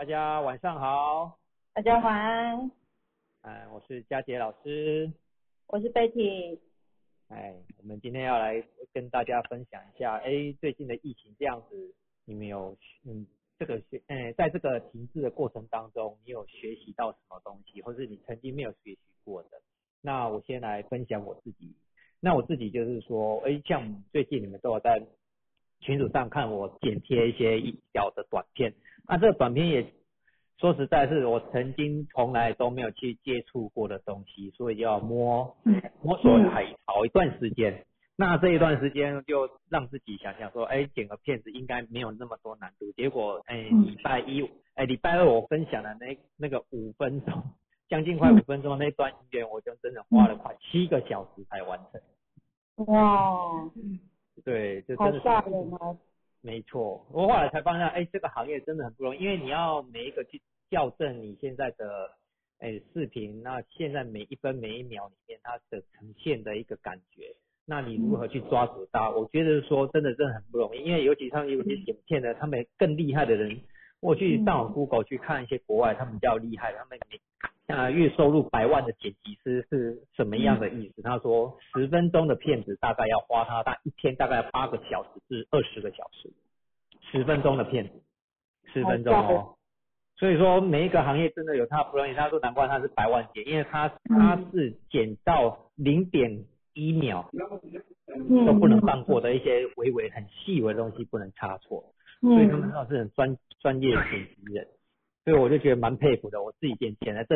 大家晚上好。 大家晚安。 我是佳杰老师。 我是 Betty。 我们今天要来跟大家分享一下，最近的疫情这样子，你们有在这个停滞的过程当中，你有学习到什么东西，或是你曾经没有学习过的？那我先来分享我自己。那我自己就是说，像最近你们都有在群组上看我剪贴一些小的短片，那这个短片也说实在是我曾经从来都没有去接触过的东西，所以就要摸索好一段时间。那这一段时间就让自己想想说，剪个片子应该没有那么多难度。结果礼拜二我分享的那个5分钟，将近快5分钟那段音乐，我就真的花了快7个小时才完成。 哇， 对，就真好的吓人啊！ 没错，我后来才发现，这个行业真的很不容易，因为你要每一个去校正你现在的视频，那现在每一分每一秒里面它的呈现的一个感觉，那你如何去抓住它？我觉得说真的很不容易，因为尤其像有些剪片的，他们更厉害的人，我去上网 Google 去看一些国外他们比较厉害，他们月收入100万的剪辑师是什么样的意思？他说10分钟的片子大概要花他一天大概8个小时至20个小时，10分钟的片子，10分钟哦。所以说每一个行业真的有它不容易。他说难怪他是100万剪，因为他是剪到0.1秒都不能放过的一些很细微的东西不能差错，所以他们是很专业的剪辑人。所以我就觉得蛮佩服的，我自己剪了这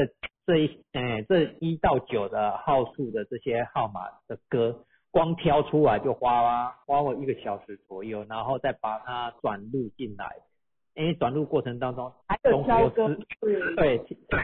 1到9的号数的这些号码的歌，光挑出来就花我1个小时左右，然后再把它转录进来。因为转录过程当中， 还有挑歌， 对，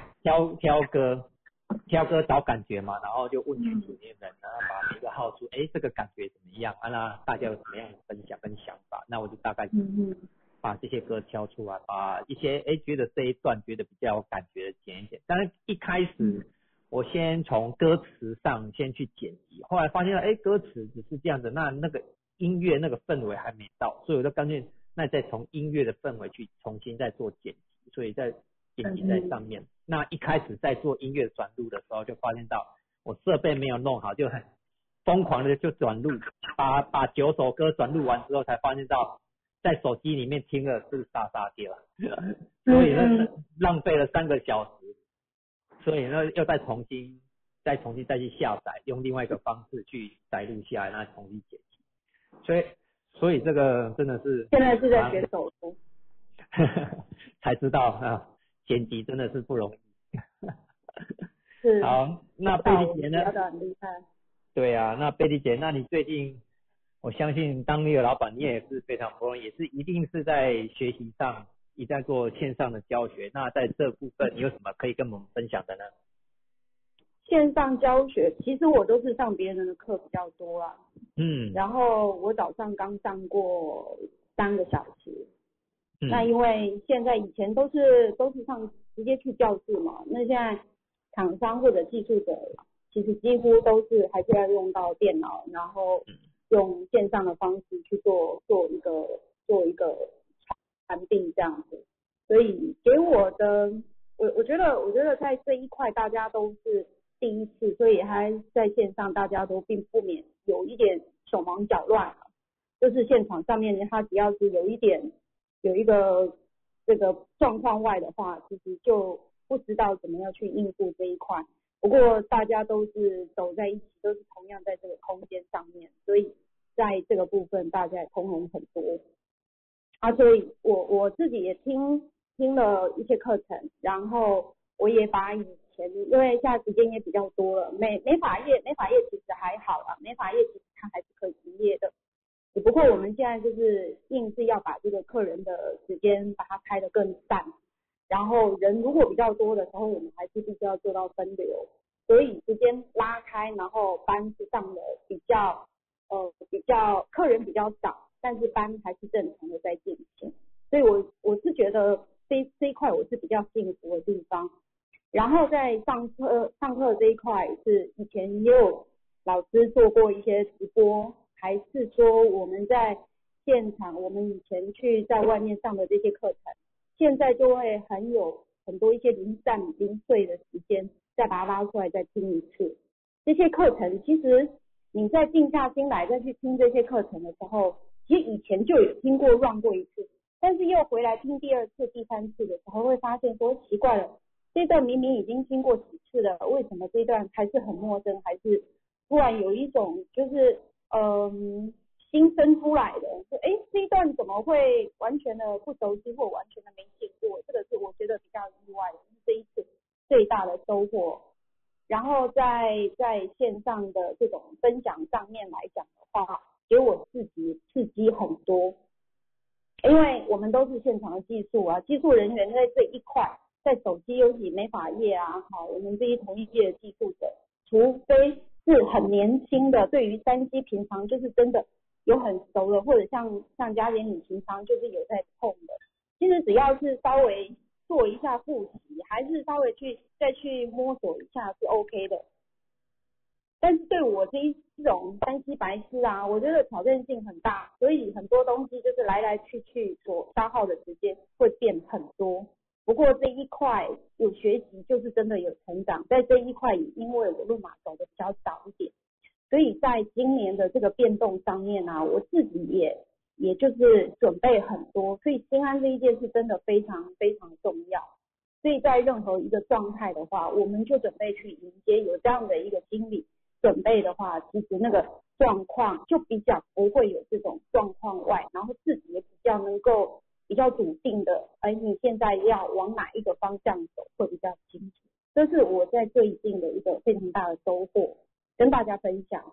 挑歌找感觉嘛，然后就问群组里面人，然后把每个号数，这个感觉怎么样啊？那大家有什么样的分享跟想法？那我就大概把这些歌挑出来，把一些觉得这一段觉得比较有感觉的剪一剪。但是一开始我先从歌词上先去剪辑，后来发现歌词只是这样子，那个音乐那个氛围还没到，所以我就干脆那再从音乐的氛围去重新再做剪辑，所以在剪辑在上面。那一开始在做音乐转录的时候，就发现到我设备没有弄好，就很疯狂的就转录，把9首歌转录完之后，才发现到在手机里面听了是傻掉，所以呢浪费了3个小时，所以呢又再重新再去下载，用另外一个方式去载录下来，那重新剪辑。所以这个真的是现在是在学手工才知道剪辑真的是不容易。 是。 好，那贝蒂姐呢？ 很厉害。 对啊，那贝蒂姐，那你最近，我相信当一个老板，你也是非常不容易，也是一定是在学习上，一在做线上的教学。那在这部分，你有什么可以跟我们分享的呢？ 线上教学，其实我都是上别人的课比较多啦。然后我早上刚上过3个小时。那因为现在以前都是上直接去教室嘛，那现在厂商或者技术者其实几乎都是还是要用到电脑，然后用线上的方式去做一个产品这样子。所以给我的我觉得在这一块大家都是第一次，所以还在线上大家都并不免有一点手忙脚乱，就是现场上面他只要是有一个这个状况外的话，其实就不知道怎么样去应付这一块。不过大家都是走在一起，都是同样在这个空间上面，所以在这个部分大家也通融很多。所以我自己也听了一些课程，然后我也把以前，因为现在时间也比较多了，美发业其实还好啊，美发业其实它还是可以营业的。只不过我们现在就是硬是要把这个客人的时间把它开得更散，然后人如果比较多的时候，我们还是必须要做到分流，所以时间拉开，然后班是上的比较客人比较少，但是班还是正常的在进行，所以我是觉得这一块我是比较幸福的地方。然后在上课这一块是以前也有老师做过一些直播，还是说我们在现场，我们以前去在外面上的这些课程， 现在就会很多一些零散零碎的时间，再把它拉出来再听一次。这些课程其实你在静下心来再去听这些课程的时候，其实以前就有听过 run 过一次，但是又回来听第二次、第三次的时候，会发现说奇怪了，这段明明已经听过几次了，为什么这段还是很陌生，还是突然有一种就是新生出来的，说这一段怎么会完全的不熟悉或完全的没听过？这个是我觉得比较意外的，是这一次最大的收获。然后在线上的这种分享上面来讲的话，给我自己刺激很多，因为我们都是现场的技术人员在这一块，在手机尤其美发业我们这同一届的技术者，除非是很年轻的，对于3C 平常就是真的有很熟的，或者像嘉玲你平常就是有在碰的，其实只要是稍微做一下复习，还是稍微再去摸索一下是 OK 的。但是对我这种3C 白痴我觉得挑战性很大，所以很多东西就是来来去去所消耗的时间会变很多。不过这一块有学习就是真的有成长，在这一块也因为我路马走的比较早一点，所以在今年的这个变动上面我自己也就是准备很多，所以心安这一件事真的非常非常重要。所以在任何一个状态的话，我们就准备去迎接，有这样的一个心理准备的话，其实那个状况就比较不会有这种状况外，然后自己也比较能够比较笃定的，你现在要往哪一个方向走会比较清楚。这是我在最近的一个非常大的收获，跟大家分享。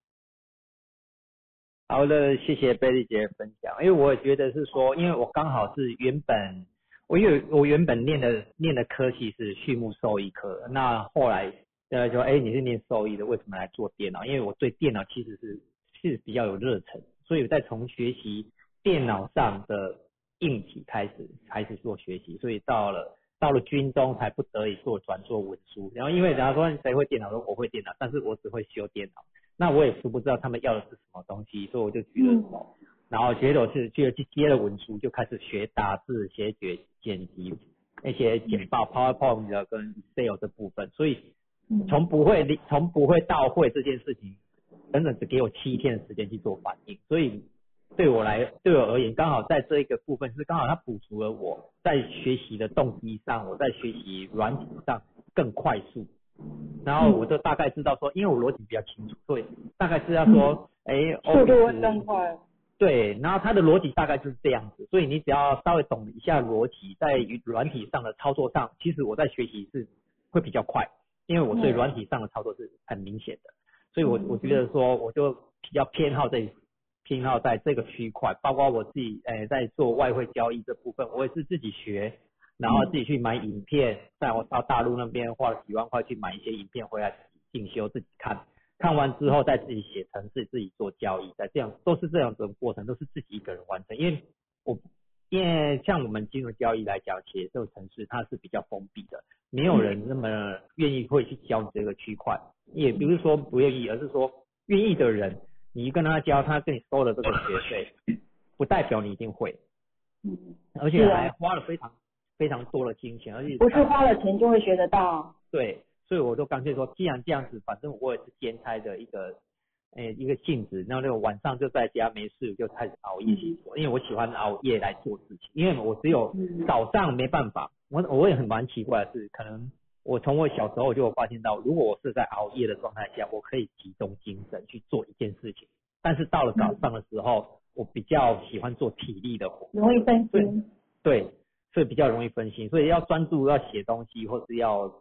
好的，谢谢贝莉姐的分享。因为我觉得是说，因为我刚好是我原本念的科系是畜牧兽医科，那后来说你是念兽医的，为什么来做电脑？因为我对电脑其实是比较有热忱，所以在从学习电脑上的硬体开始做学习，所以到了军中才不得已转做文书。然后因为人家说谁会电脑，说我会电脑，但是我只会修电脑。那我也不知道他们要的是什么东西，所以我就举了手，然后接着去接了文书，就开始学打字、写剪辑那些简报、PowerPoint 跟 Excel 这部分。所以从不会到会这件事情，整整只给我7天的时间去做反应。所以对我而言，刚好在这一个部分是刚好它补足了我在学习的动机上，我在学习软体上更快速。然后我就大概知道说，因为我逻辑比较清楚，所以大概知道说， 速度会更快。 对，然后它的逻辑大概就是这样子，所以你只要稍微懂一下逻辑，在于软体上的操作上，其实我在学习是会比较快，因为我对软体上的操作是很明显的，所以我觉得说我就比较偏好在这个区块，包括我自己在做外汇交易这部分，我也是自己学。然后自己去买影片，我到大陆那边花了几万块去买一些影片回来进修自己看完之后再自己写程式，自己做交易，这样都是这样子的过程，都是自己一个人完成。因为像我们金融交易来讲，写这个程式它是比较封闭的，没有人那么愿意会去教你这个区块，也不是说不愿意，而是说愿意的人，你跟他教，他跟你收了这个学费，不代表你一定会，而且还花了非常多的金钱，而且不是花了钱就会学得到。 对，所以我就干脆说，既然这样子，反正我也是兼差的一个性质，然后那个晚上就在家没事就开始熬夜写作，因为我喜欢熬夜来做事情，因为我只有早上没办法。我也很蛮奇怪的是，可能我从我小时候就发现到，如果我是在熬夜的状态下，我可以集中精神去做一件事情，但是到了早上的时候，我比较喜欢做体力的活， 容易分心。 对。所以比较容易分心，所以要专注要写东西，或是要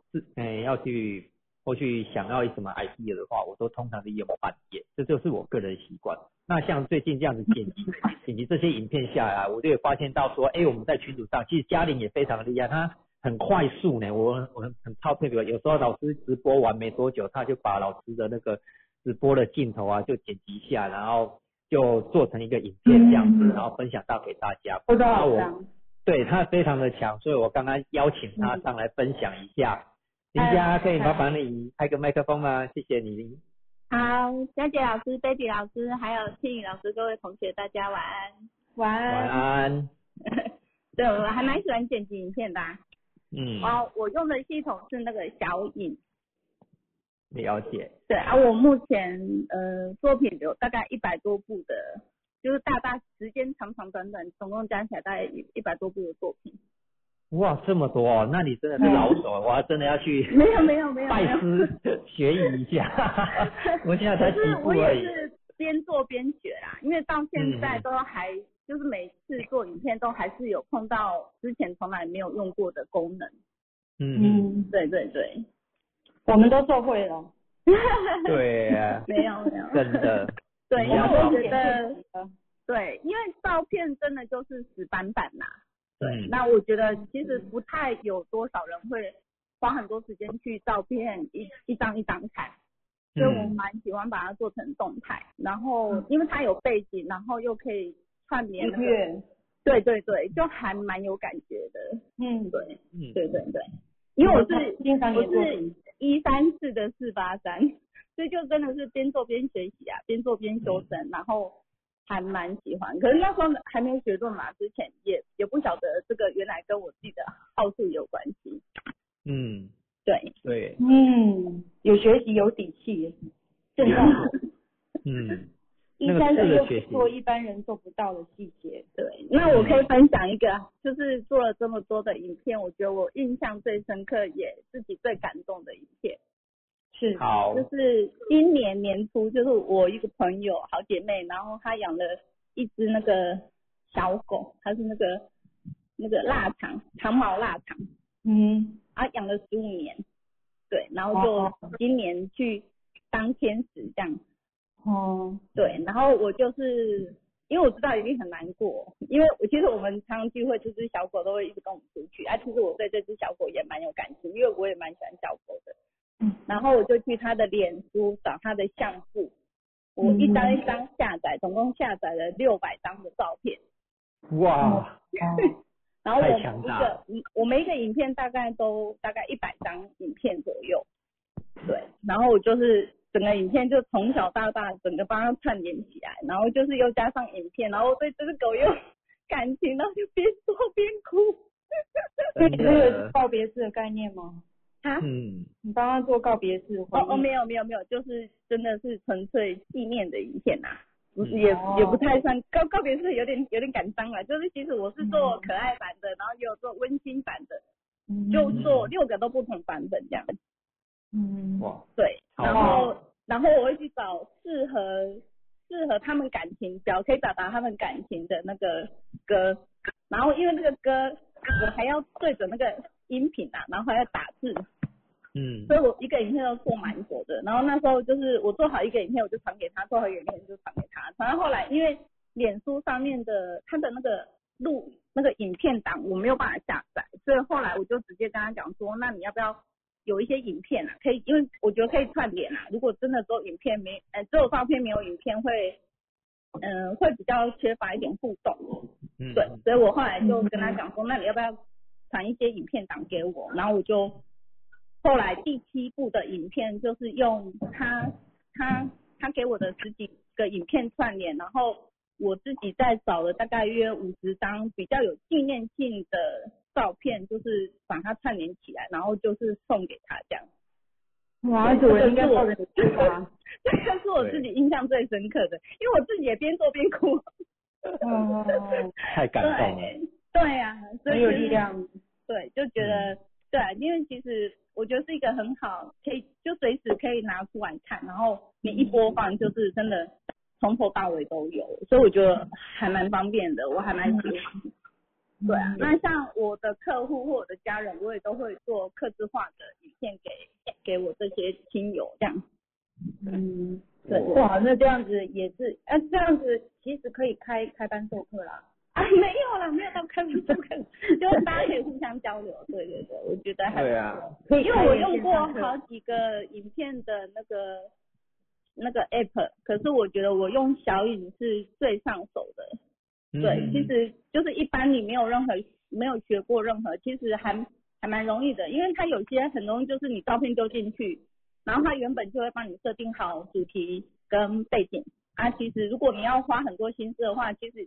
去想要什么 idea 的话，我都通常利用半夜，这就是我个人习惯。那像最近这样子剪辑这些影片下来，我就会发现到说，我们在群组上，其实嘉玲也非常厉害，她很快速呢，我很超佩服。有时候老师直播完没多久，他就把老师的那个直播的镜头就剪辑下，然后就做成一个影片这样子，然后分享到给大家。 不知道对，他非常的强，所以我刚刚邀请他上来分享一下。林佳，可以麻烦你开个麦克风吗？谢谢你。 好，佳姐老师、Betty 老师，还有庆宇老师，各位同学，大家晚安。 晚安。 对，我还蛮喜欢剪辑影片的啊。我用的系统是那个小影。 了解。 对啊，我目前作品有大概100多部的，就是大时间长长短短，总共加起来大概100多部的作品。 哇，这么多哦，那你真的是老手，我还真的要去没有拜师学艺一下。我现在才起步而已。 我也是边做边学啦，因为到现在都还就是每次做影片都还是有碰到之前从来没有用过的功能。对， 我们都受惠了。 对啊。 没有。 真的。 对，因为我觉得，对，因为照片真的就是死板板啦。对，那我觉得其实不太有多少人会花很多时间去照片一张一张看，所以我蛮喜欢把它做成动态，然后因为它有背景，然后又可以串联对，就还蛮有感觉的。对，因为我是134的483，所以就真的是边做边学习啊，边做边修正，然后还蛮喜欢。可是那时候还没有学论码之前，也不晓得这个原来跟我自己的好处有关系。对， 有学习有底气，正重要。134又做一般人做不到的细节。 对，那我可以分享一个，就是做了这么多的影片，我觉得我印象最深刻也自己最感动的影片。 好， 就是今年年初，就是我一个朋友好姐妹，然后她养了一只那个小狗，它是那个腊肠，长毛腊肠，养了15年，对，然后就今年去当天使这样，对，然后我就是因为我知道一定很难过，因为其实我们常常聚会，这只小狗都会一直跟我们出去，其实我对这只小狗也蛮有感情，因为我也蛮喜欢小狗的。然后我就去他的脸书找他的相簿，我一张一张下载，总共下载了600张的照片。 哇！ 然后我每一个影片大概100张影片左右，对。然后我就是整个影片就从小到大整个帮他串联起来，然后就是又加上影片，然后对这只狗又感情，然后就边做边哭。 所以这个是告别式的概念吗？你帮他做告别式没有，就是真的是纯粹纪念的影片呐，也不太算告别式，有点感伤了。就是其实我是做可爱版的，然后也有做温馨版的，就做6个都不同版本这样。 哇， 对，然后我会去找适合他们感情可以表达他们感情的那个歌，然后因为那个歌我还要对着那个音频啊，然后还要打字，所以我一个影片都做蛮久的。然后那时候就是我做好一个影片我就传给他，做好一个影片就传给他。然后后来因为脸书上面的他的那个影片档我没有办法下载，所以后来我就直接跟他讲说，那你要不要有一些影片啊，可以，因为我觉得可以串联啊。如果真的只有只有照片没有影片会比较缺乏一点互动。对，所以我后来就跟他讲说，那你要不要传一些影片档给我？然后我就后来第7部的影片就是用他给我的10几个影片串联，然后我自己再找了大概约50张比较有纪念性的照片，就是把它串联起来，然后就是送给他这样。 哇，这个应该抱着你去吧。 这个是我自己印象最深刻的，因为我自己也边做边哭。 太感动了。 对啊，所以很有力量。 对，就觉得对，因为其实我觉得是一个很好，可以就随时可以拿出来看，然后你一播放就是真的从头到尾都有，所以我觉得还蛮方便的，我还蛮喜欢。对啊，那像我的客户或我的家人，我也都会做客制化的影片给我这些亲友这样。 对，哇，那这样子也是，这样子其实可以开班授课啦。 没有啦，没有到开班授课，就是大家可以互相交流。对，我觉得还不错。因为我用过好几个影片的那个 app， 可是我觉得我用小影是最上手的。对，其实就是一般你没有学过任何，其实还蛮容易的，因为它有些很容易就是你照片丢进去，然后它原本就会帮你设定好主题跟背景啊。其实如果你要花很多心思的话，其实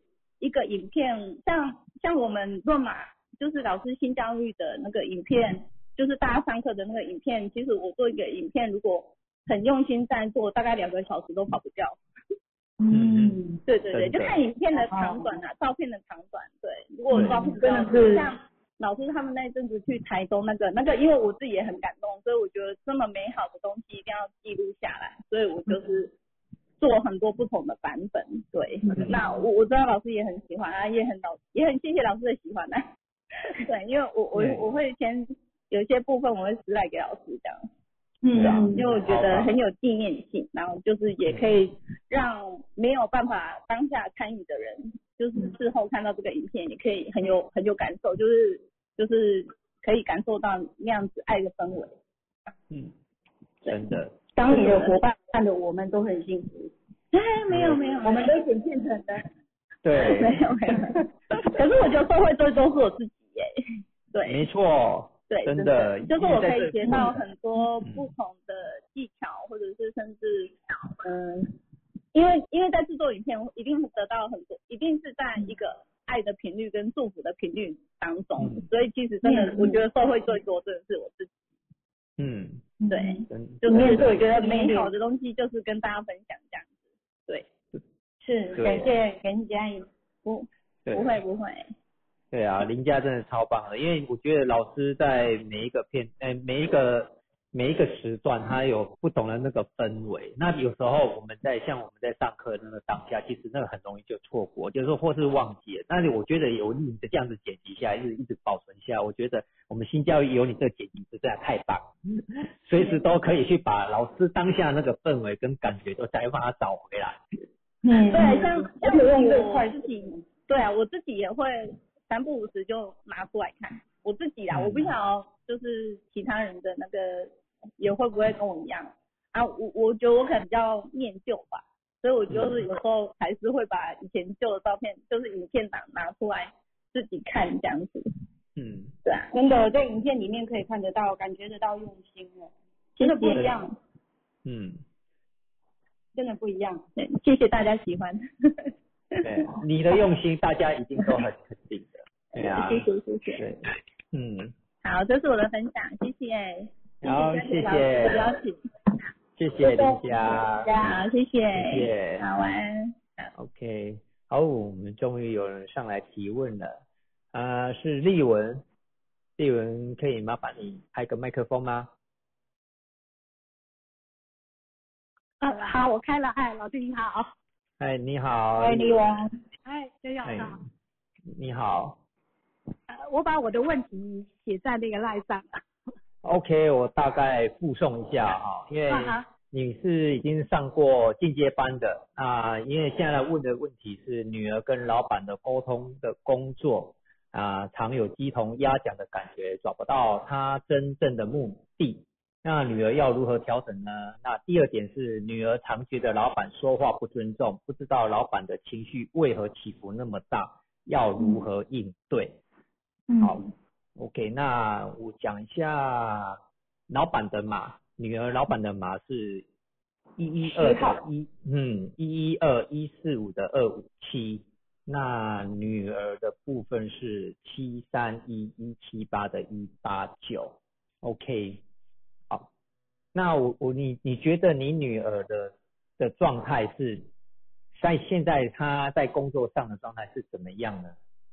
一个影片，像我们论马就是老师新教育的那个影片，就是大家上课的那个影片，其实我做一个影片，如果很用心在做，大概2个小时都跑不掉。对对对，就看影片的长短啊，照片的长短。对，如果照片真的是像老师他们那阵子去台东那个，因为我自己也很感动，所以我觉得这么美好的东西一定要记录下来，所以我就是做很多不同的版本。对，那我知道老师也很喜欢啊，也很谢谢老师的喜欢啊。对，因为我会先有一些部分我会私来给老师这样。因为我觉得很有纪念性，然后就是也可以让没有办法当下参与的人，就是事后看到这个影片，也可以很有感受，就是可以感受到那样子爱的氛围。 真的。 当你的伙伴看的我们都很幸福。 没有， 我们都剪片成的。 对。 没有。可是我觉得受惠最多是我自己耶。对。 没错。 对， 真的， 就是我可以学到很多不同的技巧，或者是甚至因为在制作影片，一定得到很多，一定是在一个爱的频率跟祝福的频率当中，所以其实真的，我觉得受惠最多真的是我自己。对，就是我觉得美好的东西就是跟大家分享这样子。对， 是感谢嘉颖， 不会。 对啊，林家真的超棒的，因为我觉得老师在每一个时段，他有不同的那个氛围。那有时候我们在上课那个当下，其实那个很容易就错过，就是说或是忘记了。但是我觉得有你的这样子剪辑下来，一直保存下来，我觉得我们新教育有你这个剪辑实在太棒了，随时都可以去把老师当下那个氛围跟感觉都再把它找回来。 对，像我自己，对啊，我自己也会3不5时就拿出来看。我自己啦，我不晓得就是其他人的那个也会不会跟我一样啊？我觉得我可能比较念旧吧，所以我就是有时候还是会把以前旧的照片，就是影片档拿出来自己看这样子。对啊， 真的在影片里面可以看得到，感觉得到用心了，真的不一样。真的不一样。 对，谢谢大家喜欢。 对，你的用心大家一定都很肯定的。对啊， 谢谢。 对， 好，这是我的分享，谢谢。 好，谢谢。 邀请。 谢谢林家。 好，谢谢。好，晚安。 OK， 好，我们终于有人上来提问了。是丽文，可以麻烦你开个麦克风吗？ 好，我开了。嗨，老师你好。 嗨，你好。 嗨，丽文。 嗨，周校长。 你好。 我把我的问题写在那个LINE上了。 OK， 我大概附送一下哈，因为你是已经上过进阶班的啊，因为现在问的问题是女儿跟老板的沟通的工作常有鸡同鸭讲的感觉，找不到她真正的目的。那女儿要如何调整呢？那第二点是女儿常觉得老板说话不尊重，不知道老板的情绪为何起伏那么大，要如何应对？好 ，OK， 那我讲一下老板的码，女儿老板的码是112的112-145的257，那女儿的部分是731-178的189 ，OK。好，那你觉得你女儿的状态是在现在她在工作上的状态是怎么样呢？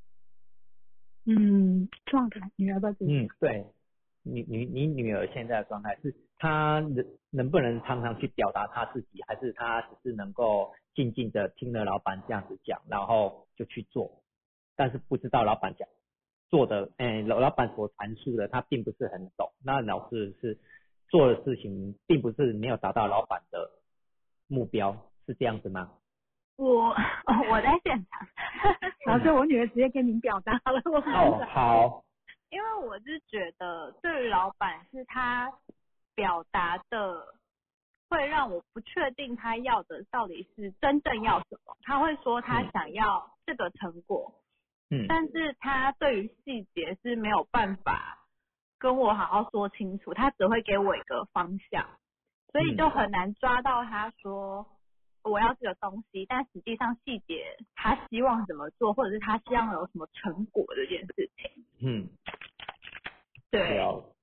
状态，女儿的对，你女儿现在的状态是她能不能常常去表达她自己，还是她只是能够静静的听了老板这样子讲，然后就去做，但是不知道老板讲做的，老板所阐述的她并不是很懂，那老师是做的事情并不是没有达到老板的目标，是这样子吗？ 我在现场，老师，我女儿直接跟您表达了。 好。 因为我是觉得，对于老板是他表达的，会让我不确定他要的到底是真正要什么。他会说他想要这个成果，但是他对于细节是没有办法跟我好好说清楚，他只会给我一个方向，所以就很难抓到他说我要这个东西，但实际上细节他希望怎么做，或者是他希望有什么成果这件事情。对。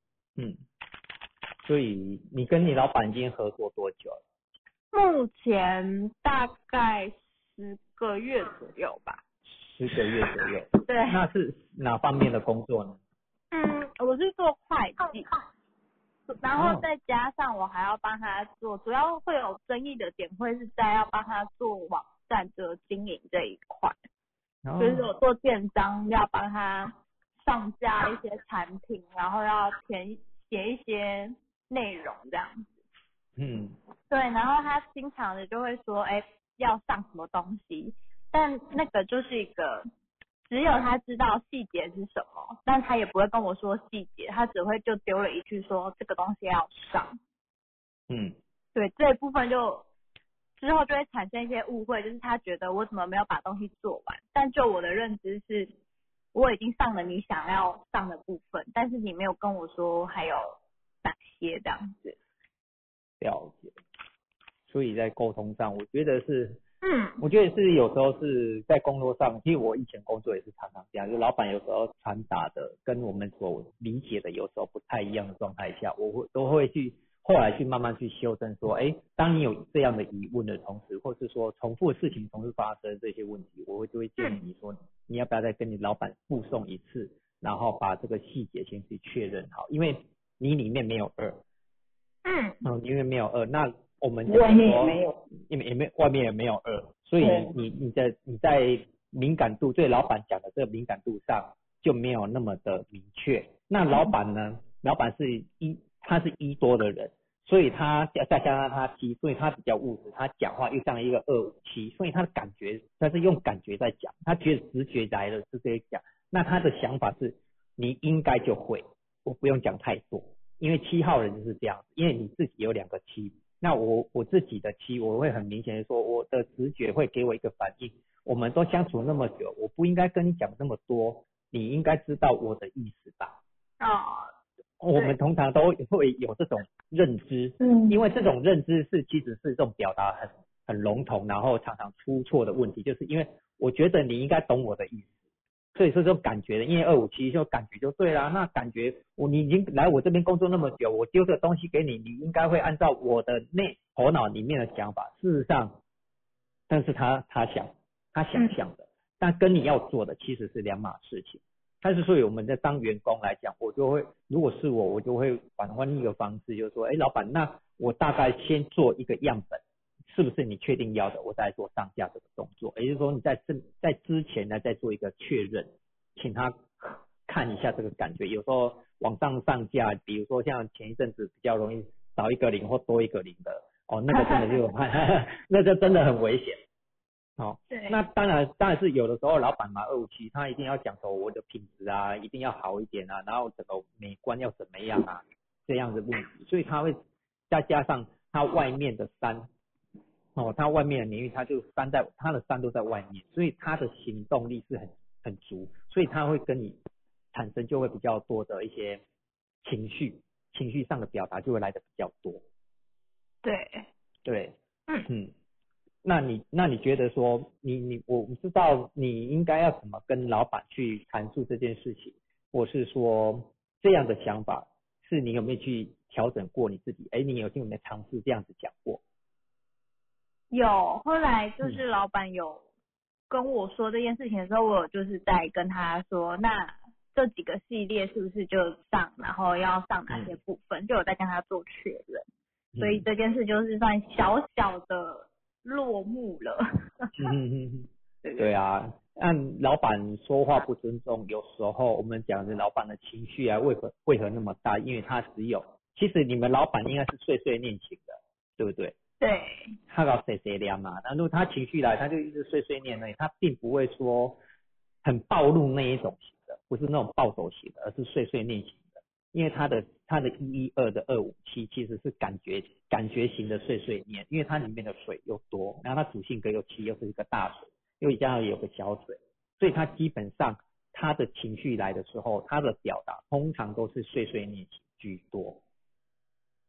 所以你跟你老板已经合作多久了？ 目前大概10个月左右吧。 10个月左右。 对。 那是哪方面的工作呢？ 我是做会计，然后再加上我还要帮他做，主要会有争议的点会是在要帮他做网站的经营这一块，就是我做电商要帮他上架一些产品，然后要写一些内容这样子。对，然后他经常的就会说，要上什么东西，但那个就是一个只有他知道细节是什么，但他也不会跟我说细节，他只会就丢了一句说这个东西要上。对，这一部分就之后就会产生一些误会，就是他觉得我怎么没有把东西做完，但就我的认知是我已经上了你想要上的部分，但是你没有跟我说还有哪些这样子。 了解。所以在沟通上我觉得是我觉得是有时候是在工作上，其实我以前工作也是常常这样，就老板有时候传达的跟我们所理解的有时候不太一样的状态下，我都会去后来去慢慢去修正说，当你有这样的疑问的同时，或是说重复的事情同时发生这些问题，就会建议你说，你要不要再跟你老板复诵一次，然后把这个细节先去确认好，因为你里面没有2。因为没有2，那我们外面也没有， 外面也没有2，所以你在敏感度对老板讲的这个敏感度上就没有那么的明确。那老板呢？老板他是1多的人，所以他再加上他7，所以他比较务实，他讲话又像一个257，所以他的感觉他是用感觉在讲，他觉得直觉来了是这样讲。那他的想法是你应该就会，我不用讲太多。因为7号人就是这样，因为你自己有2个7，那我自己的7，我会很明显的说，我的直觉会给我一个反应。我们都相处那么久，我不应该跟你讲那么多，你应该知道我的意思吧？我们通常都会有这种认知，因为这种认知其实是这种表达很笼统，然后常常出错的问题，就是因为我觉得你应该懂我的意思。所以说这种感觉的，因为257就感觉就对啦。那感觉你已经来我这边工作那么久，我丢这个东西给你，你应该会按照我的头脑里面的想法。事实上，但是他想象的，但跟你要做的其实是2码事情。但是所以我们在当员工来讲，我就会，如果是我就会换一个方式，就是说，老板，那我大概先做一个样本。是不是你确定要的，我再做上架这个动作，也就是说你在之前呢再做一个确认，请他看一下这个感觉。有时候往上架，比如说像前一阵子比较容易少一个0或多一个0的，那个真的就那就真的很危险。 对。 那当然是有的时候老板嘛257，他一定要讲求我的品质啊，一定要好一点啊，然后整个美观要怎么样啊，这样的问题，所以他会再加上他外面的3。他外面的领域，他就他的3都在外面，所以他的行动力是很足，所以他会跟你产生就会比较多的一些情绪上的表达就会来的比较多。对。那你觉得说我知道你应该要怎么跟老板去阐述这件事情，或是说这样的想法是你有没有去调整过你自己？你有没有尝试这样子讲过？ 有，后来就是老板有跟我说这件事情的时候，我有就是在跟他说，那这几个系列是不是就上，然后要上哪些部分，就有在跟他做确认。所以这件事就是算小小的落幕了。 对啊，按老板说话不尊重，有时候我们讲的老板的情绪啊，为何那么大？因为他其实你们老板应该是碎碎念型的，对不对？ 对， 他搞碎碎念嘛，然后他情绪来，他就一直碎碎念而已，他并不会说很暴怒那一种型的，不是那种暴走型的，而是碎碎念型的。因为他的112的257其实是感觉型的碎碎念，因为它里面的水又多，然后它主性格又7，又是一个大水，又加上有个小水，所以他基本上他的情绪来的时候，他的表达通常都是碎碎念型居多。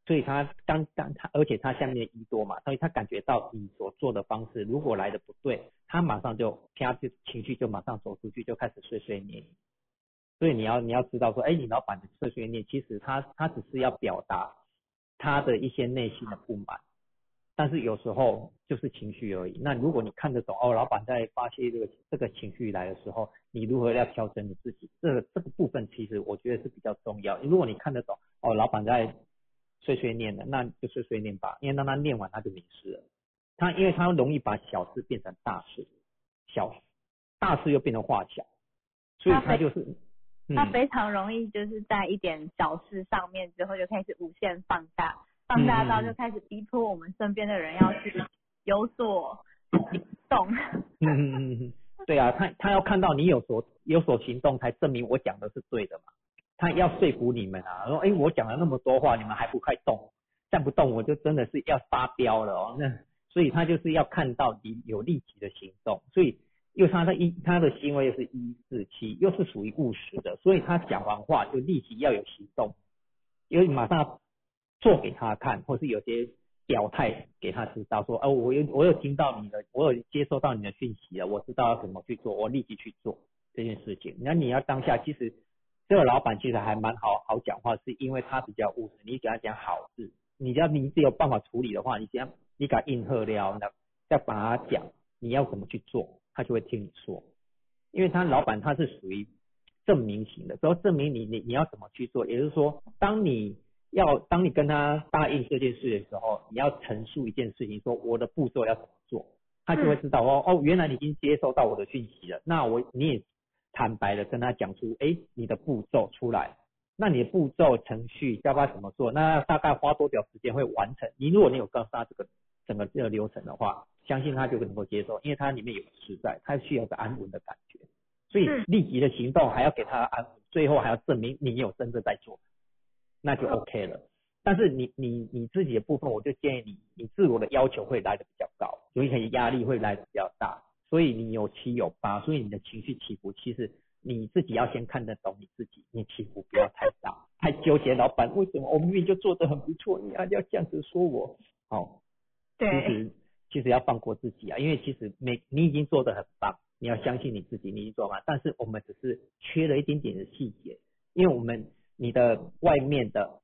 所以他而且他下面的一多嘛，所以他感觉到你所做的方式如果来的不对，他马上就情绪就马上走出去，就开始碎碎念。所以你要知道说，你老板的碎碎念，其实他只是要表达他的一些内心的不满，但是有时候就是情绪而已。那如果你看得懂老板在发泄这个情绪来的时候，你如何要调整你自己，这个部分其实我觉得是比较重要。如果你看得懂老板在碎碎念的，那就碎碎念吧，因为当他念完他就没事了。因为他容易把小事变成大事，大事又变成化小，所以他就是他非常容易就是在一点小事上面之后就开始无限放大到就开始逼迫我们身边的人要去有所行动。 对啊，他要看到你有所行动，才证明我讲的是对的嘛。他要说服你们啊，说我讲了那么多话，你们还不快动，再不动我就真的是要发飙了那所以他就是要看到你有立即的行动，所以他的行为又是147，又是属于务实的，所以他讲完话就立即要有行动，因为马上做给他看，或是有些表态给他知道说我有听到你的，我有接收到你的讯息了，我知道要怎么去做，我立即去做这件事情。那你要当下，其实这个老板其实还蛮好讲话，是因为他比较务实，你给他讲好字，你自己有办法处理的话，你给他应和了，再把他讲你要怎么去做，他就会听你说。因为他老板他是属于证明型的，所以证明你要怎么去做，也就是说当你跟他答应这件事的时候，你要陈述一件事情，说我的步骤要怎么做，他就会知道原来你已经接收到我的讯息了，那你也坦白的跟他讲出你的步骤出来，那你的步骤程序教他怎么做，那大概花多久时间会完成，如果你有告诉他整个这个流程的话，相信他就能够接受，因为他里面有实在，他需要个安稳的感觉，所以立即的行动还要给他安稳，最后还要证明你有真的在做，那就 OK 了。但是你自己的部分，我就建议你自我的要求会来得比较高，有一些压力会来得比较大，所以你有7有8，所以你的情绪起伏，其实你自己要先看得懂你自己，你起伏不要太大，太纠结老板为什么我明明就做得很不错，你要这样子说我对， 其实要放过自己啊，因为其实你已经做得很棒，你要相信你自己，你已经做完，但是我们只是缺了一点点的细节，因为你的外面的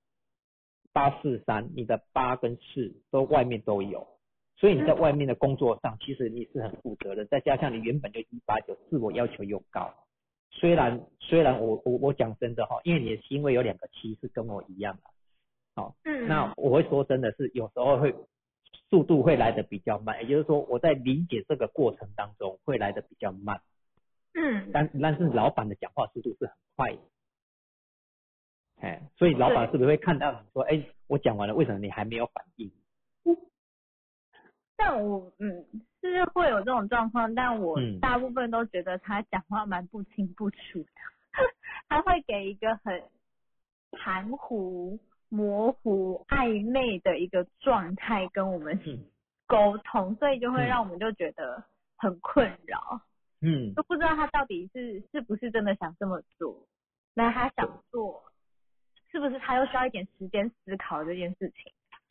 843，你的8跟4都外面都有，所以你在外面的工作上，其实你是很负责的，再加上你原本就189，自我要求又高。虽然我讲真的因为你的行为有2个7是跟我一样的，那我会说真的是有时候速度会来得比较慢，也就是说我在理解这个过程当中会来得比较慢，但是老板的讲话速度是很快的。所以老板是不是会看到你说我讲完了，为什么你还没有反应？ 但我是会有这种状况，但我大部分都觉得他讲话蛮不清不楚的，他会给一个很含糊、模糊、暧昧的一个状态跟我们沟通，所以就会让我们就觉得很困扰，都不知道他到底是不是真的想这么做，那他想做是不是他又需要一点时间思考这件事情。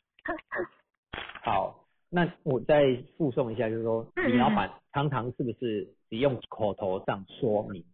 好，那我再附送一下，就是说李老板常常是不是只用口头上说明？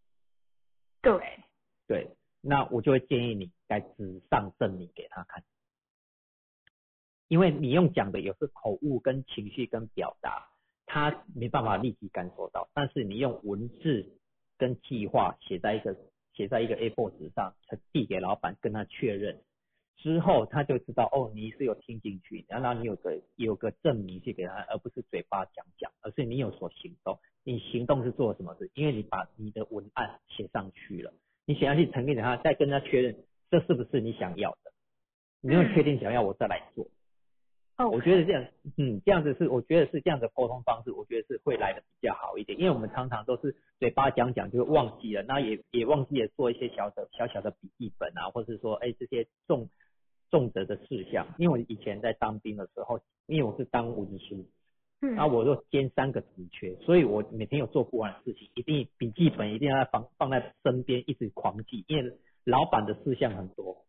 对，那我就会建议你在纸上证明给他看，因为你用讲的有时口误跟情绪跟表达他没办法立即感受到，但是你用文字跟计划写在一个 A4 纸上递给老板，跟他确认之后，他就知道你是有听进去，然后你有个证明去给他，而不是嘴巴讲，而是你有所行动。你行动是做什么事？因为你把你的文案写上去了，你写上去呈给他，再跟他确认这是不是你想要的，你没有确定想要我再来做。我觉得这样子是我觉得是这样的沟通方式，我觉得是会来的比较好一点，因为我们常常都是嘴巴讲就会忘记了，那也忘记了做一些小小的笔记本啊，或是说这些重责的事项。因为我以前在当兵的时候，因为我是当文书，然后我就兼3个职缺，所以我每天有做不完的事情，一定笔记本一定要放在身边一直狂记，因为老板的事项很多，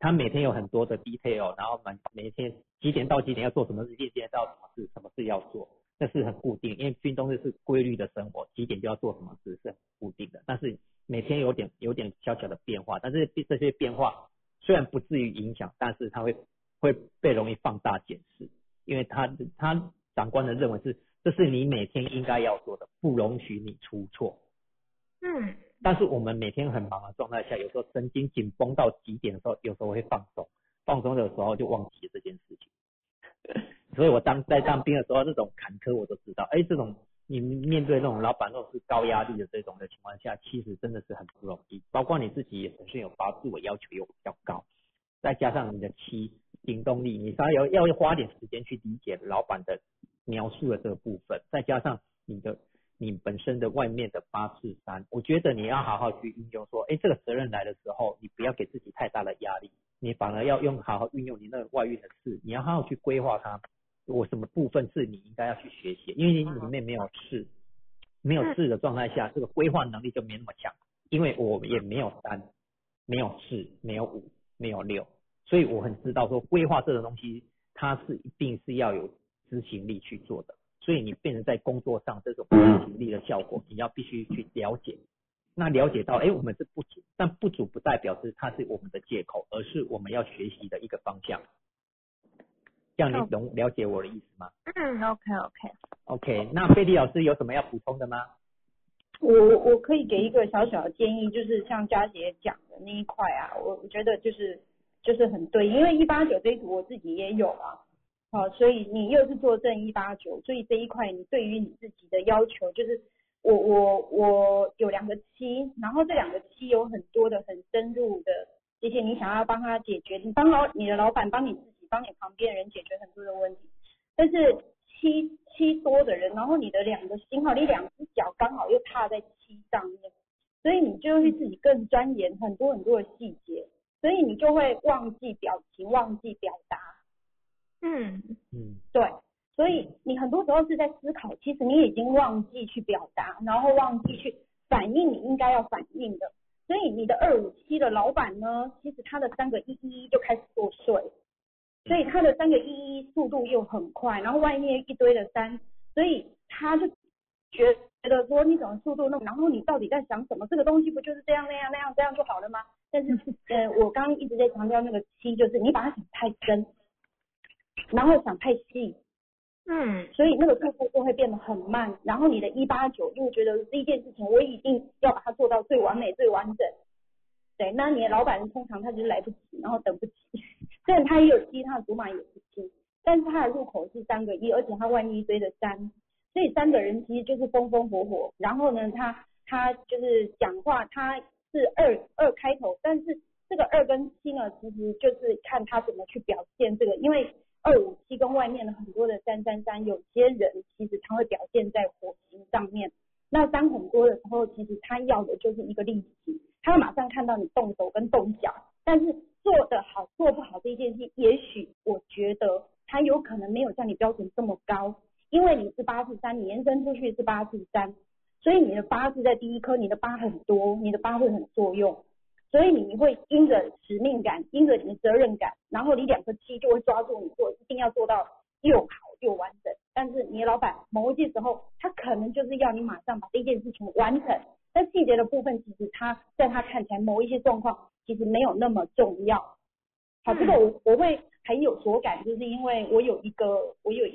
他每天有很多的 detail， 然后每天几点到几点要做什么事，几点到什么事要做，那是很固定，因为军中是规律的生活，几点就要做什么事是很固定的，但是每天有点小小的变化，但是这些变化虽然不至于影响，但是它会被容易放大检视，因为他长官的认为这是你每天应该要做的，不容许你出错。但是我们每天很忙的状态下，有时候神经紧绷到极点的时候，有时候会放松的时候就忘记了这件事情。所以我在当兵的时候，这种坎坷我都知道。这种你面对这种老板，这种是高压力的这种的情况下，其实真的是很不容易。包括你自己也本身有自我要求又比较高，再加上你的行动力，你稍微要花点时间去理解老板的描述的这个部分，再加上你本身的外面的843，我觉得你要好好去运用说，这个责任来的时候，你不要给自己太大的压力，你反而要好好运用你那个外运的事，你要好好去规划它，我什么部分是你应该要去学习，因为你里面没有事的状态下，这个规划能力就没那么强，因为我也没有3，没有4，没有5，没有6，所以我很知道说规划这个东西，它是一定是要有执行力去做的。所以你变成在工作上这种执行力的效果，你要必须去了解。那了解到，我们是不足，但不足不代表是它是我们的借口，而是我们要学习的一个方向。这样你了解我的意思吗 ？OK。 那贝蒂老师有什么要补充的吗？ 我可以给一个小小的建议，就是像佳姐讲的那一块啊，我觉得就是很对，因为189这一组我自己也有啊。所以你又是做正189，所以这一块你对于你自己的要求就是，我有2个7，然后这2个7有很多的很深入的这些你想要帮他解决，你的老板帮你自己帮你旁边人解决很多的问题，但是7多的人，然后你的2个星号，你2只脚刚好又踏在7上面，所以你就会自己更钻研很多很多的细节，所以你就会忘记表情，忘记表达。对，所以你很多时候是在思考，其实你已经忘记去表达，然后忘记去反映你应该要反映的。所以你的257的老板呢，其实他的3个111就开始作祟，所以他的3个111速度又很快，然后外面一堆的3，所以他就觉得说你怎么速度那么，然后你到底在想什么？这个东西不就是这样这样就好了吗？但是我刚刚一直在强调那个7，就是你把它想太深。然后想太细，所以那个速度就会变得很慢，然后你的189就觉得这一件事情我一定要把它做到最完美最完整，对，那你的老板通常他就是来不及，然后等不及，虽然他也有7，他的组码也是7，但是他的入口是3个1，而且他外面一堆的3，所以3个人其实就是风风火火，然后呢他就是讲话他是2开头，但是这个2跟7呢，其实就是看他怎么去表现这个，因为257跟外面的很多的333，有些人其实他会表现在火星上面，那3很多的时候，其实他要的就是一个立即，他会马上看到你动手跟动脚，但是做得好做不好这一件事，也许我觉得他有可能没有像你标准这么高，因为你是843，你延伸出去是843，所以你的8是在第一颗，你的8很多，你的8会很作用。所以你会因着使命感，因着你的责任感，然后你2个7就会抓住你做，一定要做到又好又完整。但是你的老板某一些时候，他可能就是要你马上把这件事情完成，但细节的部分其实他在他看起来某一些状况其实没有那么重要。好，这个我会很有所感，就是因为我有一个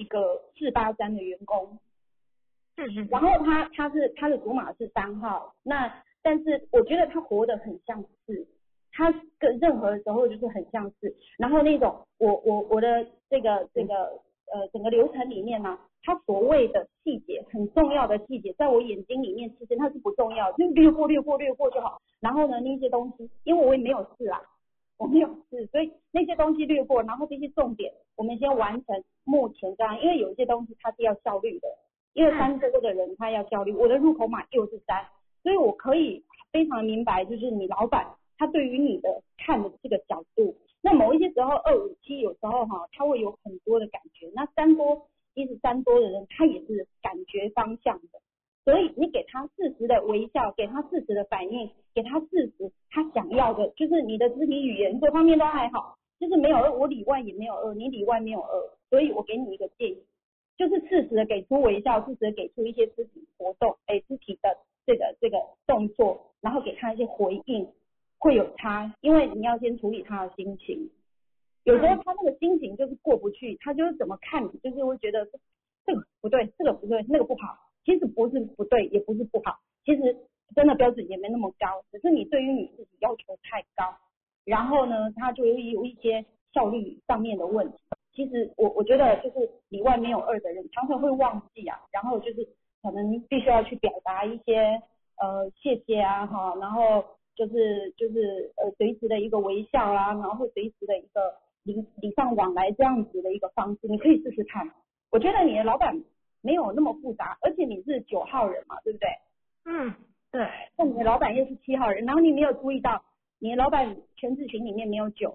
483的员工，然后他的组码是3号，但是我觉得他活得很像是，他跟任何时候就是很像是，然后那种我的这个整个流程里面呢，他所谓的细节很重要的细节，在我眼睛里面其实它是不重要，就略过就好。然后呢那些东西，因为我也没有事啦，我没有事，所以那些东西略过，然后这些重点我们先完成目前这样，因为有一些东西它是要效率的，因为3多的人他要效率，我的入口码又是3。所以我可以非常明白，就是你老板他对于你的看的这个角度。那某一些时候257有时候他会有很多的感觉，那3多其实3多的人他也是感觉方向的， 所以你给他适时的微笑，给他适时的反应，给他适时他想要的，就是你的肢体语言各方面都还好，就是没有恶，我里外也没有恶，你里外没有恶，所以我给你一个建议，就是适时的给出微笑，适时的给出一些肢体活动，肢体的这个动作，然后给他一些回应，会有差，因为你要先处理他的心情。有时候他那个心情就是过不去，他就是怎么看你，就是会觉得这个不对，这个不对，那个不好。其实不是不对，也不是不好，其实真的标准也没那么高，只是你对于你自己要求太高，然后呢，他就会有一些效率上面的问题。其实我觉得就是里外没有二的人常常会忘记啊，然后就是可能必须要去表达一些谢谢啊哈，然后就是随时的一个微笑啦，然后会随时的一个礼尚往来这样子的一个方式，你可以试试看。我觉得你的老板没有那么复杂，而且你是9号人嘛，对不对？ 对。 那你的老板又是7号人，然后你没有注意到你的老板全字群里面没有9。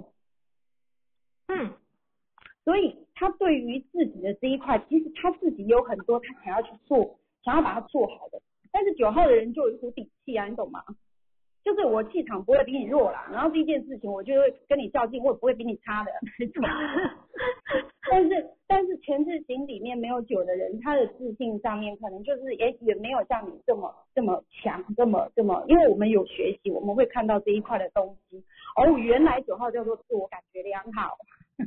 所以他对于自己的这一块，其实他自己有很多他想要去做，想要把它做好的。但是9号的人就有一股底气啊，你懂吗？就是我气场不会比你弱啦，然后第一件事情我就会跟你较劲，我也不会比你差的那种。但是全字型里面没有9的人，他的自信上面可能就是也没有像你这么强，这么，因为我们有学习，我们会看到这一块的东西。原来9号叫做自我感觉良好。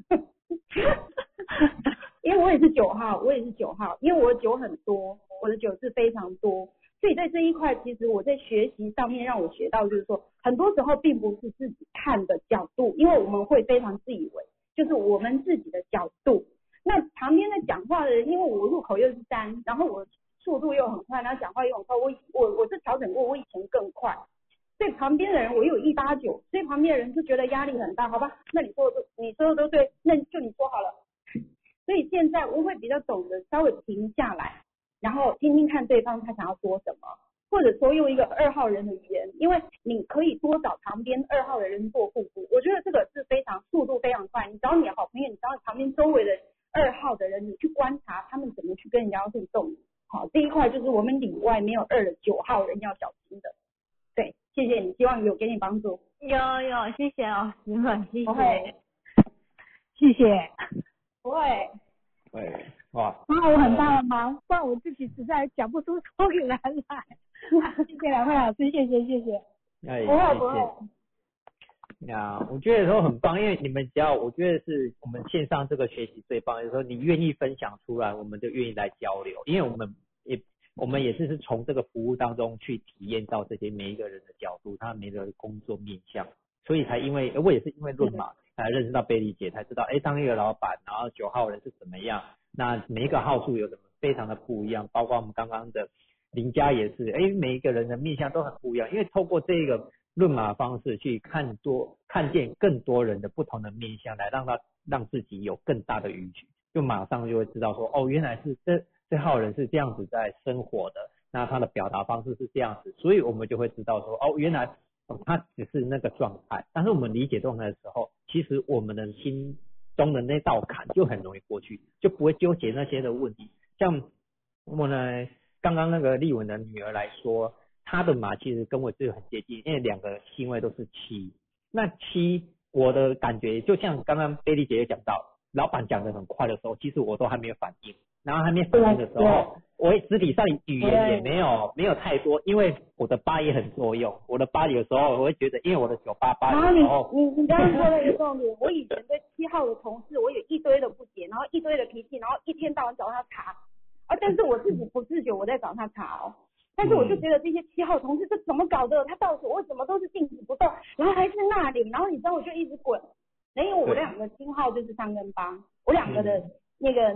因为我也是9号，因为我的9很多，我的9是非常多，所以在这一块，其实我在学习上面让我学到，就是说，很多时候并不是自己看的角度，因为我们会非常自以为，就是我们自己的角度。那旁边在讲话的人，因为我入口又是3，然后我速度又很快，然后讲话又很快，我是调整过，我以前更快。所以旁边的人我有189，所以旁边的人就觉得压力很大，好吧？那你说的都对，那就你说好了。所以现在我会比较懂得稍微停下来，然后听听看对方他想要说什么，或者说用一个2号人的语言，因为你可以多找旁边2号的人做互补，我觉得这个是非常速度非常快。你找你的好朋友，你找你旁边周围的2号的人，你去观察他们怎么去跟人家互动。好，这一块就是我们里外没有2的9号人要小心的。对，谢谢你，希望有给你帮助。 有，谢谢老师们，谢谢， 谢谢。 不会。 对，哇， 帮我很大的忙，不然我自己实在讲不出所以然来。谢谢两位老师，谢谢。 不会。 呀，我觉得说很棒，因为你们只要，我觉得是我们线上这个学习最棒，就是说你愿意分享出来，我们就愿意来交流，因为我们也是从这个服务当中去体验到这些每一个人的角度，他每一个人工作面向，所以才我也是因为论码才认识到贝利姐，才知道当一个老板，然后9号人是怎么样，那每一个号数有什么非常的不一样，包括我们刚刚的林家也是，每一个人的面向都很不一样，因为透过这个论码方式去看见更多人的不同的面向，来让自己有更大的语句，就马上就会知道说，原来是这号人是这样子在生活的，那他的表达方式是这样子，所以我们就会知道说，原来他只是那个状态，但是我们理解状态的时候，其实我们的心中的那道坎就很容易过去，就不会纠结那些的问题。像我呢，刚刚那个丽文的女儿来说，她的码其实跟我就很接近，因为2个星位都是7，那7我的感觉就像刚刚贝利姐也讲到，老板讲得很快的时候，其实我都还没有反应，然后还没反应的时候，我肢体上语言也没有太多，因为我的8也很作用，我的8有时候我会觉得，因为我的988 然后你刚刚说了一个重点，我以前对7号的同事，我有一堆的不解，然后一堆的脾气，然后一天到晚找他查，但是我自己不自觉我在找他查但是我就觉得这些7号同事这怎么搞的，他到手为什么都是静止不动，然后还是那里，然后你知道我就一直滚，因为我2个星号就是3跟8，我2个的那个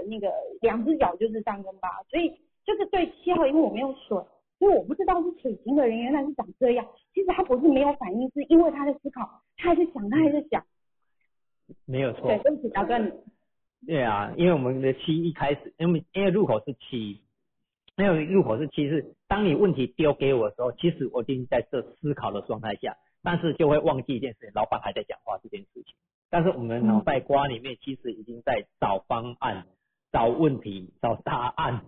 2只脚就是3跟8，所以就是对7号，因为我没有水，因为我不知道是水型的人原来是长这样，其实他不是没有反应，是因为他在思考，他还在想， 没有错。 对，对不起打断你。 对啊，因为我们的7一开始，因为入口是7，那个入口是7是当你问题丢给我的时候，其实我已经在这思考的状态下，但是就会忘记一件事情，老板还在讲话这件事情。但是我们脑袋瓜里面其实已经在找方案、找问题、找答案、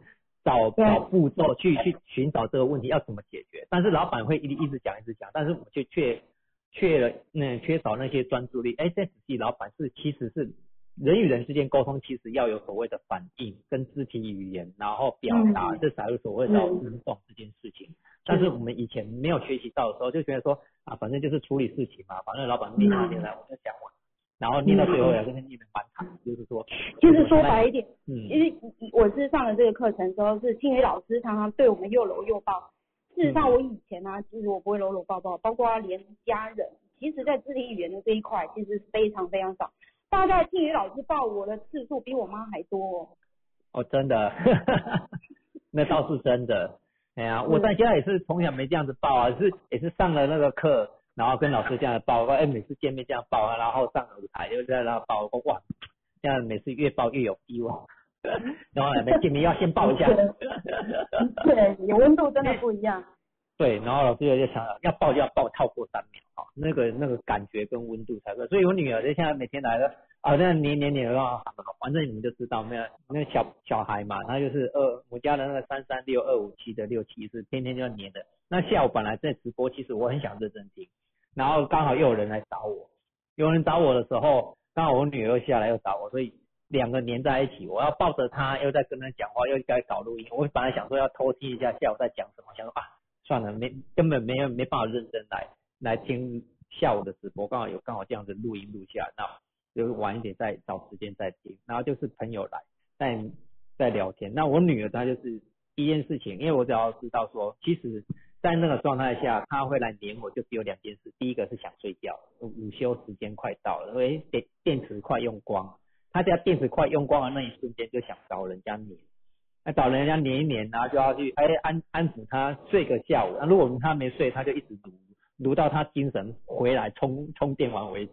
找步骤去寻找这个问题要怎么解决。但是老板会一直讲，但是我们就缺少那些专注力。在仔细老板其实是人与人之间沟通，其实要有所谓的反应跟肢体语言，然后表达，这才有所谓的互动这件事情。但是我们以前没有学习到的时候，就觉得说反正就是处理事情嘛，反正老板念来我就讲完，然后念到最后也跟他念得蛮惨，就是说， 其实说白一点，因为我是上了这个课程之后，是青宇老师常常对我们又搂又抱。事实上，我以前其实我不会搂搂抱抱，包括连家人，其实在肢体语言的这一块，其实非常非常少。大概青宇老师抱我的次数比我妈还多。 真的，那倒是真的。我在家也是从小没这样子抱啊，也是上了那个课，然后跟老师这样抱，每次见面这样抱，然后上舞台又在那抱，哇，这样每次越抱越有希望。然后没见面要先抱一下。 对，有温度真的不一样。 对，然后老师就想要抱就要抱超过3秒那个感觉跟温度才对。所以我女儿就现在每天来了那黏反正你们就知道没有，那小孩嘛，他就是我家的那个336257的674天天就要黏的。那下午本来在直播，其实我很想认真听，然后刚好又有人来找我，的时候，刚好我女儿又下来又找我，所以2个黏在一起，我要抱着她，又在跟她讲话，又在搞录音。我本来想说要偷听一下下午在讲什么，想说算了，根本没办法认真来听下午的直播，刚好这样子录音录下来，那就晚一点再找时间再听。然后就是朋友来在聊天，那我女儿她就是第一件事情，因为我只要知道说，其实在那个状态下她会来黏我，就只有2件事，第一个是想睡觉，午休时间快到了，因为电池快用光，她只要电池快用光的那一瞬间就想找人家黏。找人家黏一黏，然后就要去安抚他睡个下午。如果他没睡，他就一直读到他精神回来充电完为止。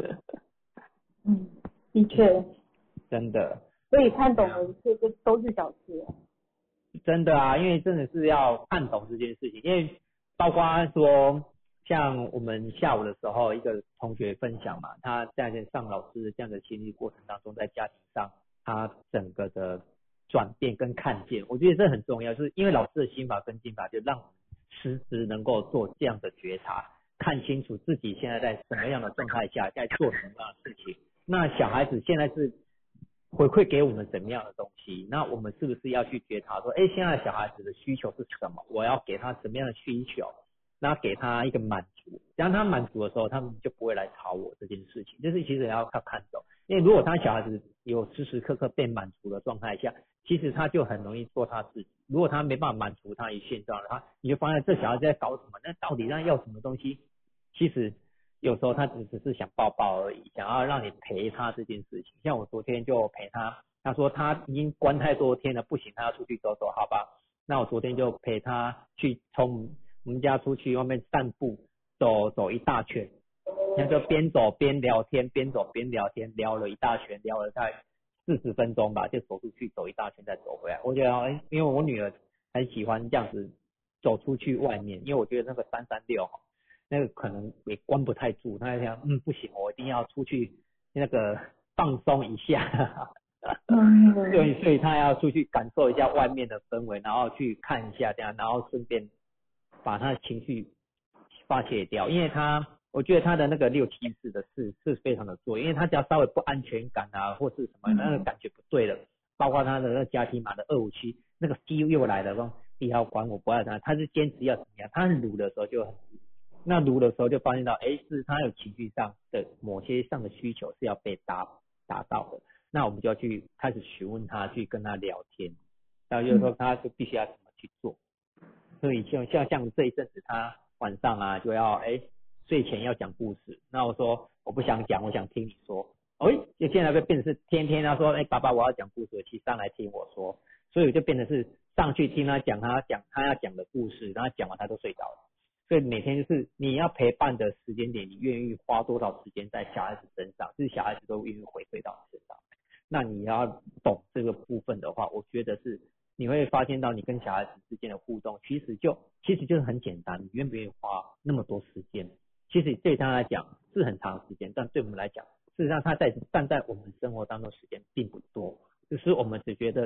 的确， 真的。 所以看懂了这都是小事。 真的因为真的是要看懂这件事情，因为包括说像我们下午的时候，一个同学分享嘛，他在上老师的这样的心理过程当中，在家庭上他整个的转变跟看见，我觉得这很重要，就是因为老师的心法跟经法就让实质能够做这样的觉察，看清楚自己现在在什么样的状态下在做什么样的事情。那小孩子现在是回馈给我们什么样的东西，那我们是不是要去觉察说现在小孩子的需求是什么，我要给他什么样的需求，那给他一个满足，当他满足的时候，他们就不会来吵我这件事情。就是其实要看懂，因为如果他小孩子有时时刻刻被满足的状态下，其实他就很容易做他自己。如果他没办法满足他于现状的话，你就发现这小孩子在搞什么，那到底他要什么东西，其实有时候他只是想抱抱而已，想要让你陪他这件事情。像我昨天就陪他，他说他已经关太多天了，不行，他要出去走走，好吧，那我昨天就陪他去从我们家出去外面散步，走一大圈，那就边走边聊天，边走边聊天，聊了一大圈，聊了大概40分钟吧，就走出去走一大圈再走回来。我觉得因为我女儿很喜欢这样子走出去外面，因为我觉得那个336那个可能也关不太住，她想不行，我一定要出去那个放松一下。所以她要出去感受一下外面的氛围，然后去看一下这样，然后顺便把他的情绪发泄掉。因为我觉得他的那个674的是非常的做，因为他只要稍微不安全感或是什么那个感觉不对了，包括他的那个家庭码的257那个 C 又来了，说你要管我不爱他是坚持要怎么样，他很鲁的时候就很那鲁的时候就发现到是他有情绪上的某些上的需求是要被达到的，那我们就要去开始询问他，去跟他聊天，然后就是说他就必须要怎么去做。所以像这一阵子他晚上就要睡前要讲故事，那我说我不想讲，我想听你说。就现在就变成是天天他说爸爸我要讲故事，其实上来听我说，所以就变成是上去听他讲他要讲的故事，然后讲完他都睡着了。所以每天就是你要陪伴的时间点，你愿意花多少时间在小孩子身上，就是小孩子都愿意回馈到你身上。那你要懂这个部分的话，我觉得是你会发现到你跟小孩子之间的互动其实就是很简单，你愿不愿意花那么多时间，其实对他来讲是很长的时间，但对我们来讲事实上他站在我们生活当中时间并不多，就是我们只觉得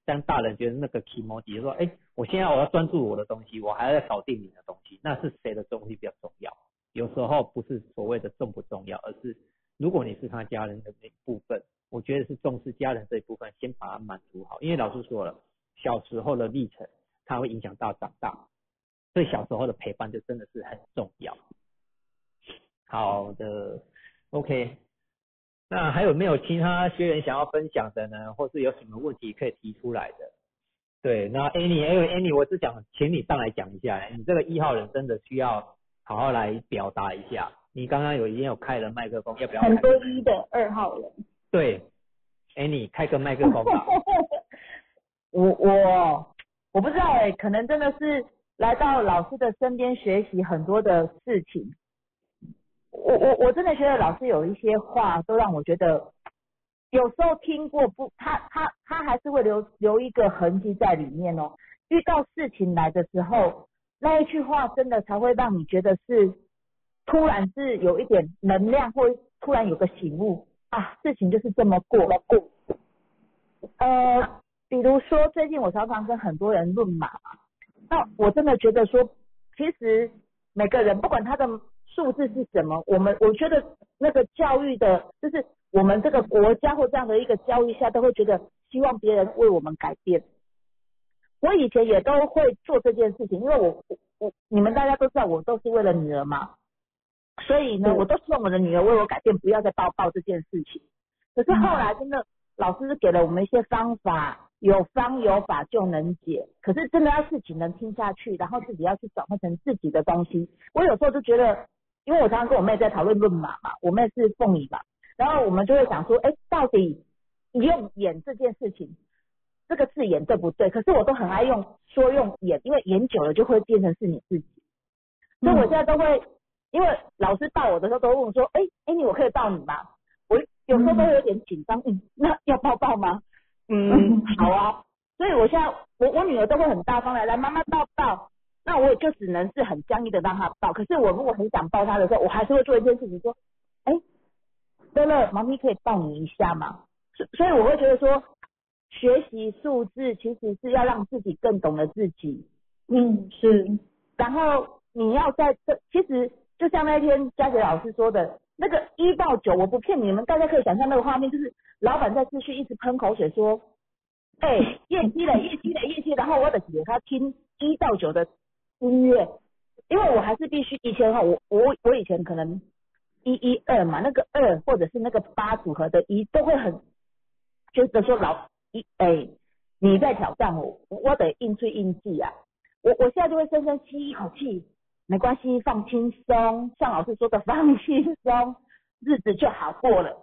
当大人觉得那个 kimoji 说，我现在我要专注我的东西，我还要搞定你的东西，那是谁的东西比较重要？有时候不是所谓的重不重要，而是如果你是他家人的那一部分，我觉得是重视家人这一部分，先把它满足好。因为老师说了，小时候的历程，它会影响到长大，所以小时候的陪伴就真的是很重要。好的 ，OK。那还有没有其他学员想要分享的呢？或是有什么问题可以提出来的？对，那 Annie，我是想请你上来讲一下，你这个1号人真的需要好好来表达一下。你刚刚已经有开了麦克风，要不要？ 很多1的2号人。 对 ，Annie 开个麦克风吧。 我不知道可能真的是来到老师的身边学习很多的事情。我真的觉得老师有一些话都让我觉得，有时候听过他还是会留一个痕迹在里面哦。遇到事情来的时候，那一句话真的才会让你觉得是突然是有一点能量，或突然有个醒悟啊，事情就是这么过。比如说最近我常常跟很多人论马嘛，那我真的觉得说，其实每个人不管他的数字是什么，我觉得那个教育的，就是我们这个国家或这样的一个教育下，都会觉得希望别人为我们改变。我以前也都会做这件事情，因为你们大家都知道，我都是为了女儿嘛，所以呢，我都希望我的女儿为我改变，不要再抱这件事情。可是后来真的，老师给了我们一些方法，有方有法就能解。可是真的要自己能听下去，然后自己要去转换成自己的东西。我有时候就觉得，因为我常常跟我妹在讨论论马嘛，我妹是凤仪嘛，然后我们就会想说，到底用演这件事情，这个字眼对不对？可是我都很爱用演，因为演久了就会变成是你自己。所以我现在都会，因为老师抱我的时候都问我说，你我可以抱你吗？我有时候都会有点紧张，那要抱吗？好啊。所以我现在我女儿都会很大方来妈妈抱，那我也就只能是很僵硬的让她抱。可是我如果很想抱她的时候，我还是会做一件事情，说，乐乐，妈咪可以抱你一下吗？所以我会觉得说，学习数字其实是要让自己更懂得自己。是。然后你要在其实就像那天佳杰老师说的，那个1到9，我不骗你们，大家可以想象那个画面，就是老板在秩序一直喷口水说，业绩了，然后我得给他听1到9的音乐，因为我还是必须以前我以前可能112嘛，那个2或者是那个8组合的1都会很觉得说你在挑战我得应对应记啊。我现在就会深深吸一口气，没关系，放轻松，像老师说的放轻松，日子就好过了。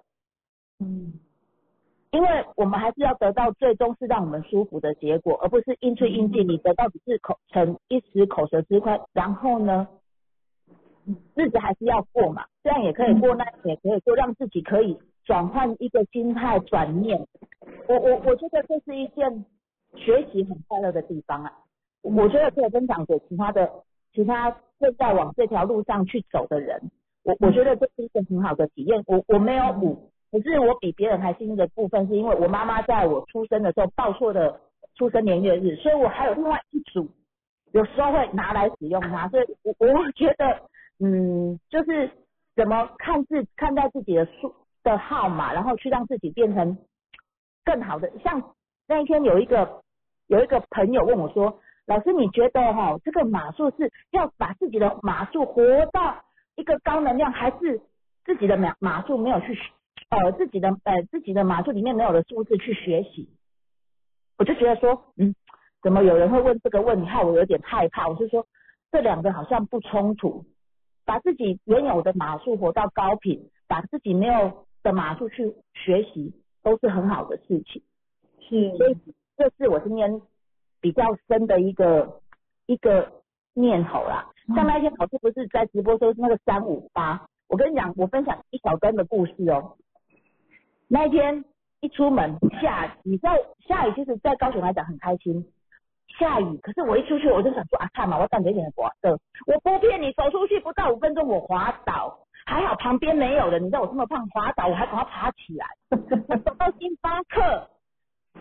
因为我们还是要得到最终是让我们舒服的结果，而不是应对应记，你得到只是一时口舌之快，然后呢日子还是要过嘛，这样也可以过，那也可以做，让自己可以转换一个心态转念。我觉得这是一件学习很快乐的地方啊。我觉得可以分享给其他正在往这条路上去走的人。我觉得这是一个很好的体验。我没有5，可是我比别人还幸运的部分是因为我妈妈在我出生的时候报错的出生年月日，所以我还有另外一组，有时候会拿来使用它。所以我觉得就是怎么看待自己的号码，然后去让自己变成更好的。像那一天有一个朋友问我说，老师你觉得这个码数是要把自己的码数活到一个高能量，还是自己的码数没有去自己的码数里面没有的数字去学习？我就觉得说怎么有人会问这个问题，害我有点害怕。我就说这两个好像不冲突，把自己原有的码数活到高频，把自己没有的码数去学习，都是很好的事情。是，所以这是我今天比较深的一个念头啦。像那一天老师不是在直播说那个358，我跟你讲，我分享一小段的故事哦。那一天一出门下雨，你知道下雨其实在高雄来讲很开心，下雨，可是我一出去我就想说看嘛，我等着一点滑的，我不骗你，走出去不到5分钟我滑倒，还好旁边没有人，你知道我这么胖滑倒，我还赶快爬起来，走到星巴克，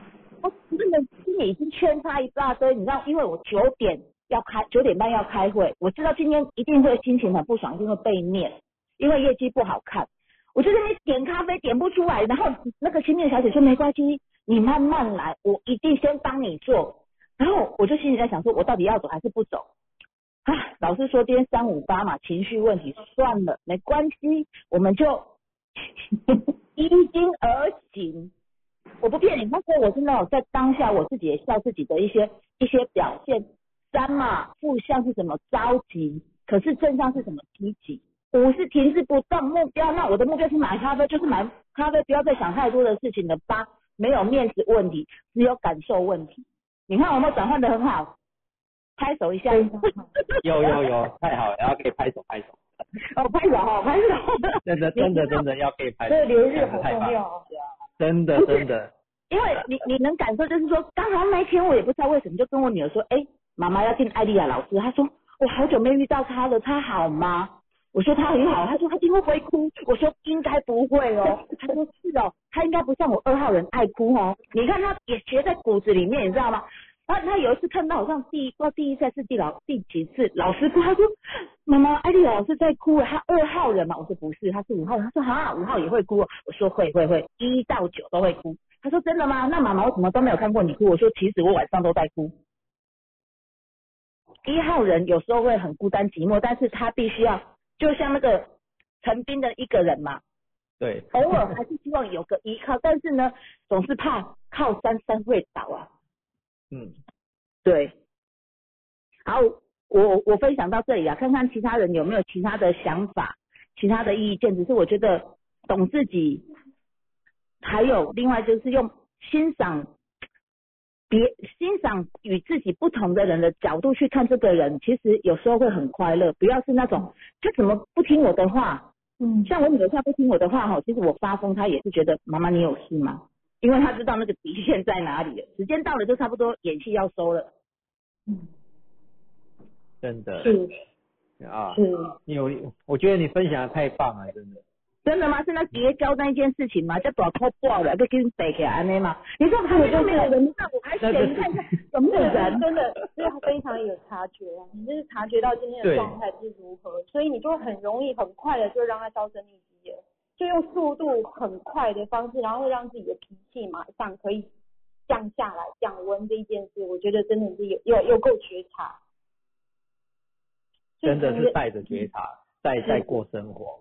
我真的心里已经圈他一大堆，你知道，因为我9点半要开会，我知道今天一定会心情很不爽，一定会被念，因为业绩不好看。我就在那边点咖啡点不出来，然后那个新面小姐说没关系，你慢慢来，我一定先帮你做。然后我就心里在想说，我到底要走还是不走？老师说今天358嘛，情绪问题，算了，没关系，我们就依经而行。我不骗你，那时候我真的在当下我自己也笑自己的一些表现。3嘛，负向是什么？着急，可是正向是什么？积极。5是停滞不动，目标，那我的目标是买咖啡，就是买咖啡，不要再想太多的事情了。8没有面子问题，只有感受问题。你看我们转换的很好，拍手一下。有， 太好了，然后可以拍手。 哦，拍手哈，拍手。 真的要可以拍手。 这个流日好重要。 真的。 因为你能感受，就是说，刚好那一天我也不知道为什么，就跟我女儿说，妈妈要见艾丽亚老师。她说我好久没遇到她了，她好吗？我说她很好。她说她今天会哭。我说应该不会哦。她说是哦，她应该不像我2号人爱哭哦。你看她也学在骨子里面，你知道吗？他有一次看到好像不知道第一次还是第几次老师哭，他说妈妈艾丽老师在哭，他2号人嘛。我说不是，他是5号人。他说5号也会哭哦。我说会1到9都会哭。他说真的吗？那妈妈为什么都没有看过你哭？我说其实我晚上都在哭。1号人有时候会很孤单寂寞，但是他必须要就像那个陈斌的一个人嘛， 对， 偶尔还是希望有个依靠，但是呢总是怕靠山会倒啊。对。好，我分享到这里啊，看看其他人有没有其他的想法、其他的意见。只是我觉得懂自己，还有另外就是用欣赏与自己不同的人的角度去看这个人，其实有时候会很快乐。不要是那种他怎么不听我的话，像我女儿她不听我的话其实我发疯，她也是觉得妈妈你有事吗？因为她知道那个底线在哪里了，时间到了就差不多演戏要收了。 真的是啊，我觉得你分享的太棒了，真的。 真的吗？是那结交那一件事情吗？叫短头爆了，就给你逮起来安内吗？你说旁边都没有人，那我还选你看看有没有人？ 真的是非常有察觉啊！你就是察觉到今天的状态是如何，所以你就会很容易很快的就让它销声匿迹了，就用速度很快的方式，然后会让自己的脾气马上可以降下来、降温。这一件事，我觉得真的是有够觉察， 真的是带着觉察在过生活，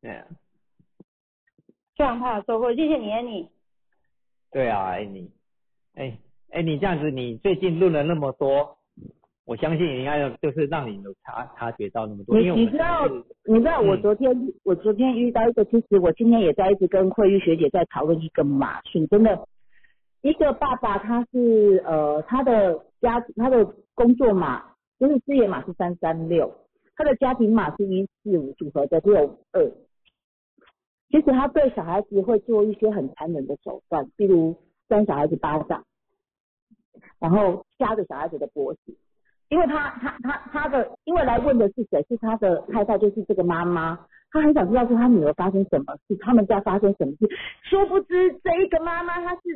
非常大的收获，谢谢你 Annie。 对啊，Annie，你这样子，你最近论了那么多，我相信应该就是让你有察觉到那么多。 你知道我昨天遇到一个，其实我今天也在一直跟慧玉学姐在讨论一个马训，真的，一个爸爸他是他的工作码就是事业码是336，他的家庭码是145，组合的62。其实他对小孩子会做一些很残忍的手段，比如扇小孩子巴掌，然后掐着小孩子的脖子。因为他的，因为来问的是谁，是他的太太，就是这个妈妈，他很想知道说他女儿发生什么事，他们家发生什么事。殊不知这一个妈妈她是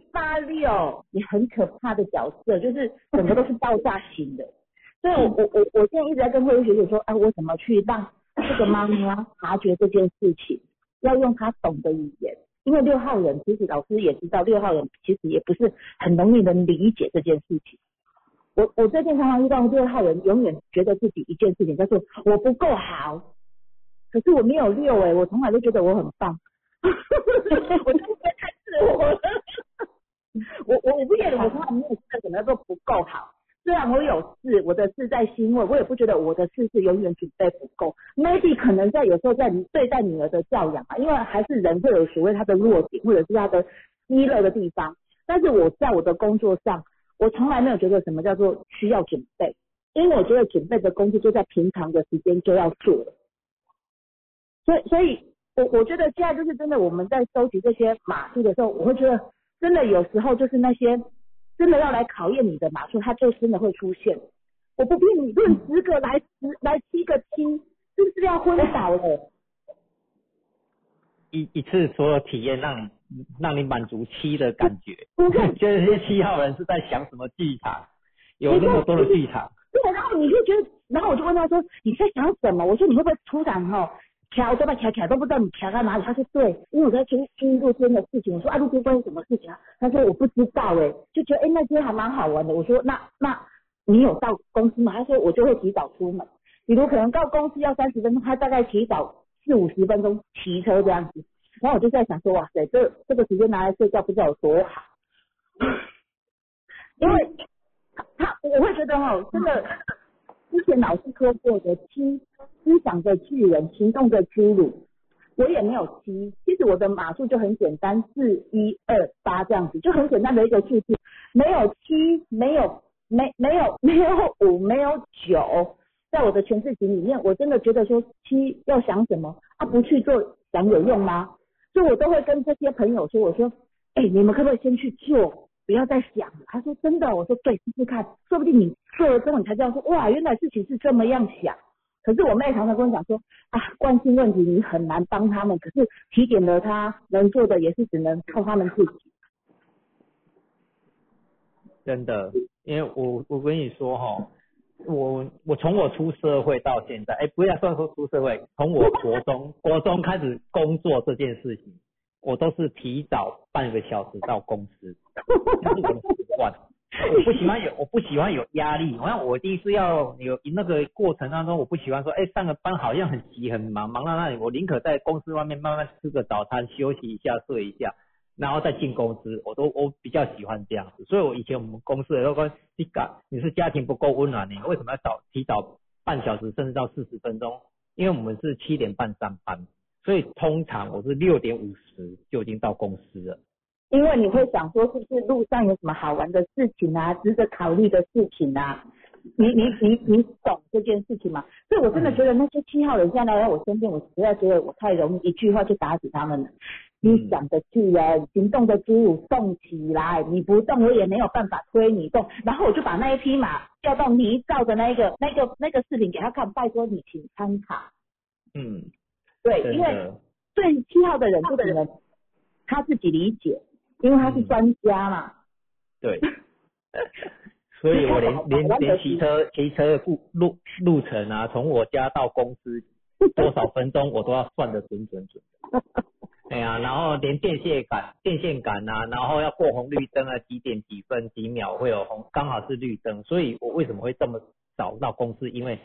786，也很可怕的角色，就是整个都是爆炸型的。所以我现在一直在跟慧玉学姐说，我怎么去让这个妈妈察觉这件事情。要用他懂的语言，因为6号人其实老师也知道，6号人其实也不是很容易能理解这件事情。我最近常常遇到6号人，永远觉得自己一件事情叫做我不够好，可是我没有6我从来都觉得我很棒。我真的太自我了。我不觉得我从来没有觉得什么叫做不够好。虽然我有事，我的事在欣慰，我也不觉得我的事是永远准备不够。maybe 可能有时候在对待女儿的教养因为还是人会有所谓他的弱点，或者是他的低落的地方。但是我在我的工作上，我从来没有觉得什么叫做需要准备，因为我觉得准备的工作就在平常的时间就要做了。所以我觉得现在就是真的，我们在收集这些码数的时候，我会觉得真的有时候就是那些。真的要来考验你的码数，它就真的会出现。我不骗你，论10个来7个7，是不是要昏倒了？ 一次所有体验让你满足7的感觉，就是这些7号人是在想什么剧场，有那么多的剧场。 对，然后你就觉得，然后我就问他说你在想什么？我说你会不会突然调这么调都不知道你调到哪里？他说对，因为我在听陆天的事情。我说陆天关于什么事情啊？他说我不知道就觉得那天还蛮好玩的。我说那你有到公司吗？他说我就会提早出门，比如可能到公司要30分钟，他大概提早40-50分钟骑车这样子。然后我就在想说哇塞，这个时间拿来睡觉不知道有多好。因为我会觉得真的之前老师说过的思想的巨人，行动的侏儒，我也没有7。其实我的码数就很简单，4、1、2、8这样子，就很简单的一个数字，没有7，没有5，没有9。在我的诠释型里面，我真的觉得说7要想什么不去做，想有用吗？所以我都会跟这些朋友说，我说你们可不可以先去做，不要再想了。他说真的，我说对，试试看，说不定你做了之后你才知道说哇，原来事情是这么样想。可是我妹常常跟我讲说惯性问题你很难帮他们，可是提点了他能做的也是只能靠他们自己。 真的，因为我跟你说我从我出社会到现在，不要算说出社会，从我国中开始工作这件事情，我都是提早半个小时到公司，这是我的习惯。我不喜欢有压力，我一定是要有那个过程当中，我不喜欢说上个班好像很急很忙到那里，我宁可在公司外面慢慢吃个早餐，休息一下睡一下，然后再进公司，我比较喜欢这样子。所以我以前我们公司的都说你是家庭不够温暖，你为什么要提早半小时甚至到40分钟？因为我们是7点半上班，所以通常我是6点50就已经到公司了。 因为你会想说是不是路上有什么好玩的事情值得考虑的事情你懂这件事情吗？所以我真的觉得那些7号人现在来到我身边，我实在觉得我太容易一句话就打死他们了。你想的巨人，行动的侏儒，动起来！你不动，我也没有办法推你动。然后我就把那一匹马调到泥造的那个视频给他看，拜托你请参考。对，因为对7号的人不可能他自己理解，因为他是专家嘛。 对。所以我连骑车路程从我家到公司多少分钟我都要算得准。然后连电线杆然后要过红绿灯几点几分几秒会有刚好是绿灯，所以我为什么会这么早到公司？因为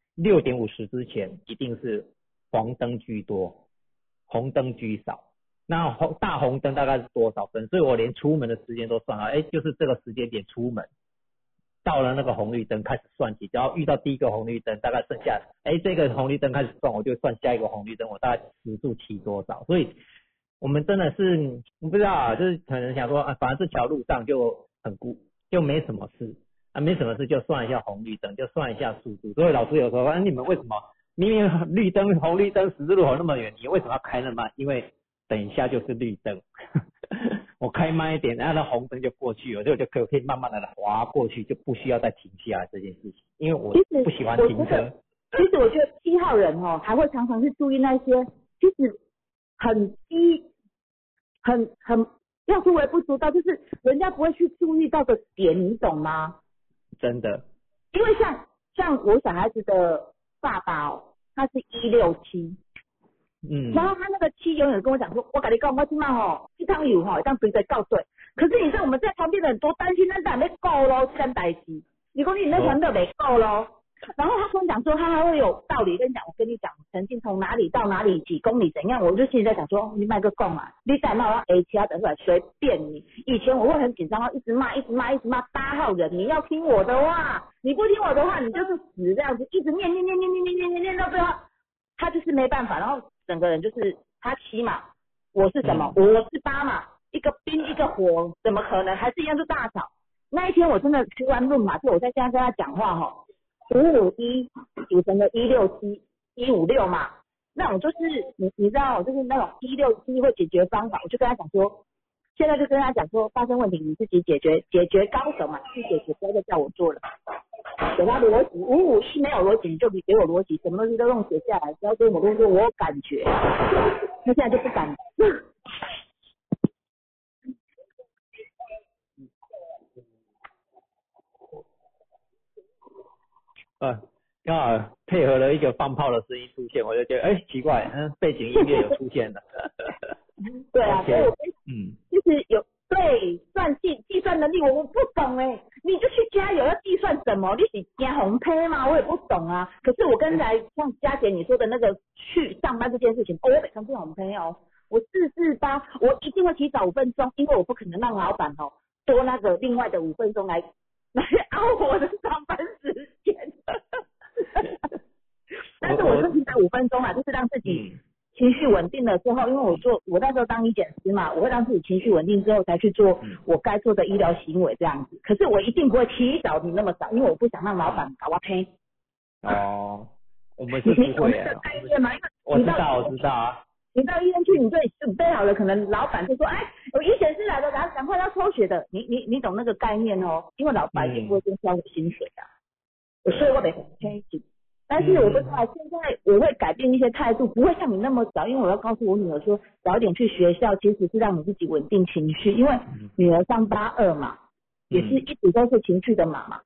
6点50之前一定是黄灯居多，红灯居少。那大红灯大概是多少分？所以我连出门的时间都算好，就是这个时间点出门。到了那个红绿灯开始算起，只要遇到第一个红绿灯，大概剩下这个红绿灯开始算，我就算下一个红绿灯，我大概时速骑多少。所以我们真的是我不知道就是可能想说反正这条路上就没什么事没什么事就算一下红绿灯，就算一下速度。所以老师有说你们为什么明明红绿灯十字路口那么远，你为什么要开那么慢？因为等一下就是绿灯。我开慢一点，然后那红灯就过去了，就可以慢慢的滑过去，就不需要再停下来这件事情。因为我不喜欢停车。 其实我觉得7号人还会常常去注意那些其实很要说微不足道，就是人家不会去注意到的点，你懂吗？ 真的。 因为像我小孩子的爸爸他是167。然后他那个7永远跟我讲说，我跟你讲，我现在这趟油当随时到对。可是你知道我们在旁边的人多担心，那咱没够咯，这件代志。如果你那团队没够咯，然后他跟我讲说，他还会有道理跟你讲，我跟你讲，曾经从哪里到哪里几公里怎样，我就心里在想说，你卖个讲啊，你再骂我其他等出来随便你。以前我会很紧张，一直骂8号人，你要听我的话，你不听我的话，你就是死这样子，一直念到最后，他就是没办法，然后。整个人就是他7嘛，我是什么？我是8嘛，一个冰一个火，怎么可能？还是一样就大吵。那一天我真的吃完论马，就我在现在跟他讲话551组成的167、156嘛，那种就是你知道，就是那种167会解决方法，我就跟他讲说，现在就跟他讲说，发生问题你自己解决高手嘛，去解决，不要再叫我做了。 给他逻辑，551没有逻辑你就给我逻辑，什么东西都用写下来，只要跟我说我有感觉，他现在就不敢。 刚好配合了一个放炮的声音出现，我就觉得奇怪，背景音乐有出现了。 对啊，所以我就是有对计算能力我不懂你就去加油要计算什么？你是加红胚吗？我也不懂啊。可是我刚才像佳姐你说的那个去上班这件事情，我得上去红胚我448，我一定会提早5分钟，因为我不可能让老板多那个另外的5分钟来熬我的上班时间。但是我是提早5分钟就是让自己情绪稳定了之后，因为我那时候当医检师嘛，我会让自己情绪稳定之后才去做我该做的医疗行为这样子。可是我一定不会提早你那么早，因为我不想让老板搞我赔。 我们是不会啊。我知道啊。 你到医院去，你就准备好了，可能老板就说，我医检师来了，赶快要抽血的，你懂那个概念因为老板也不会先交我薪水啊，所以我得很清醒。但是我不知道，现在我会改变一些态度，不会像你那么早，因为我要告诉我女儿说，早点去学校，其实是让你自己稳定情绪，因为女儿382嘛，也是一直都是情绪的妈妈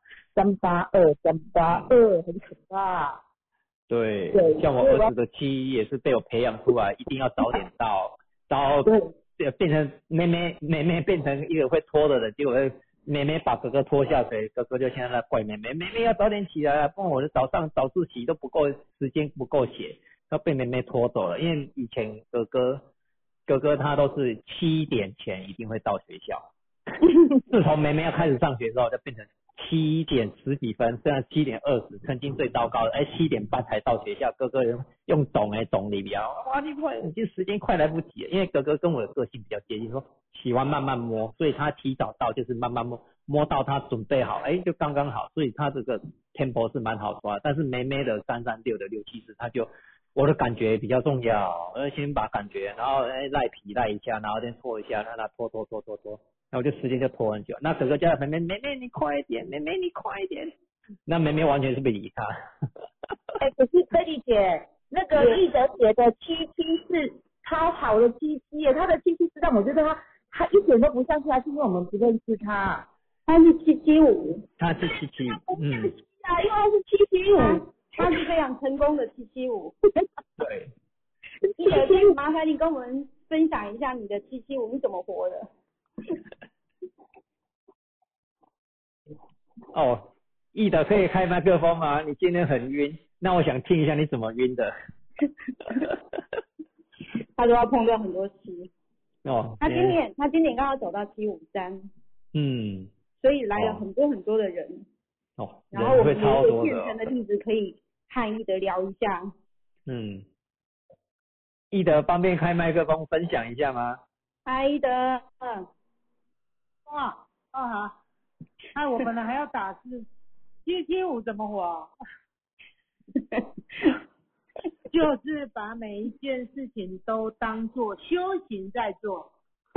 ，382很可怕。 对，像我儿子的7也是被我培养出来，一定要早点到变成妹妹变成一个会拖的人，结果妹妹把哥哥拖下水，哥哥就现在在怪妹妹要早点起来啊，不然我的早自习都不够时间不够写，要被妹妹拖走了。因为以前哥哥他都是7点前一定会到学校，自从妹妹要开始上学之后，就变成7点10几分，虽然7点20，曾经最糟糕的7点半才到学校，哥哥用懂里边，哇你这时间快来不及了，因为哥哥跟我的个性比较接近，说喜欢慢慢摸，所以他提早到就是慢慢摸到他准备好，就刚刚好，所以他这个 tempo 是蛮好抓，但是妹妹的336的674，他就我的感觉比较重要，我先把感觉，然后赖皮赖一下，然后再拖一下，让他拖，然后就时间就拖很久。那哥哥叫妹妹你快一点，妹妹你快一点，那妹妹完全是不理他。 可是贝莉姐，那个易德姐的77是超好的77耶，她的77是让我觉得她一点都不像是他，是因为我们不认识她，她是775， 她是77， 因为她是775， 她是非常成功的775。 对， 易德姐，麻烦你跟我们分享一下你的775你怎么活的？ 易德可以开麦克风吗？你今天很晕，那我想听一下你怎么晕的。 他都要碰到很多7。他今年刚好走到753。所以来了很多的人。然后我们有一个现成的例子可以和易德聊一下。 易德方便开麦克风分享一下吗？ 嗨，易德。 好。我本来还要打字，775怎么活？就是把每一件事情都当作修行在做。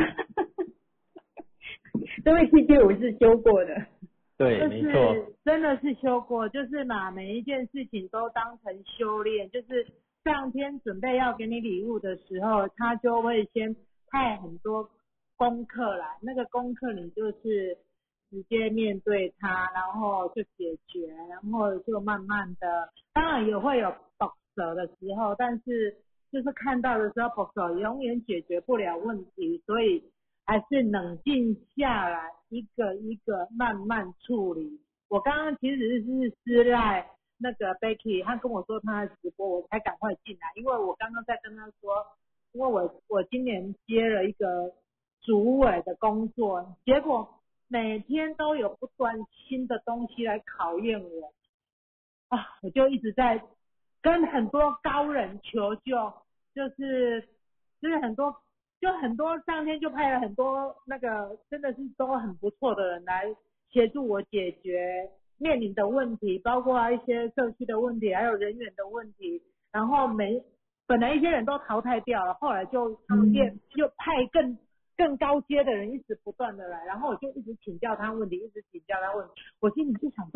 这位775是修过的。 对，没错， 真的是修过，就是把每一件事情都当成修炼，就是上天准备要给你礼物的时候，他就会先派很多功课来，那个功课你就是直接面对它，然后就解决，然后就慢慢的，当然也会有不舍的时候，但是就是看到的时候不舍永远解决不了问题，所以还是冷静下来，一个一个慢慢处理。我刚刚其实是私赖那个 Becky， 他跟我说他的直播，我才赶快进来，因为我刚刚在跟他说，因为我今年接了一个主委的工作，结果每天都有不断新的东西来考验我我就一直在跟很多高人求救，就是很多上天就派了很多那个真的是都很不错的人来协助我解决面临的问题，包括一些社区的问题，还有人员的问题，然后本来一些人都淘汰掉了，后来就又派更高阶的人一直不断的来，然后我就一直请教他问题，我心里就想说，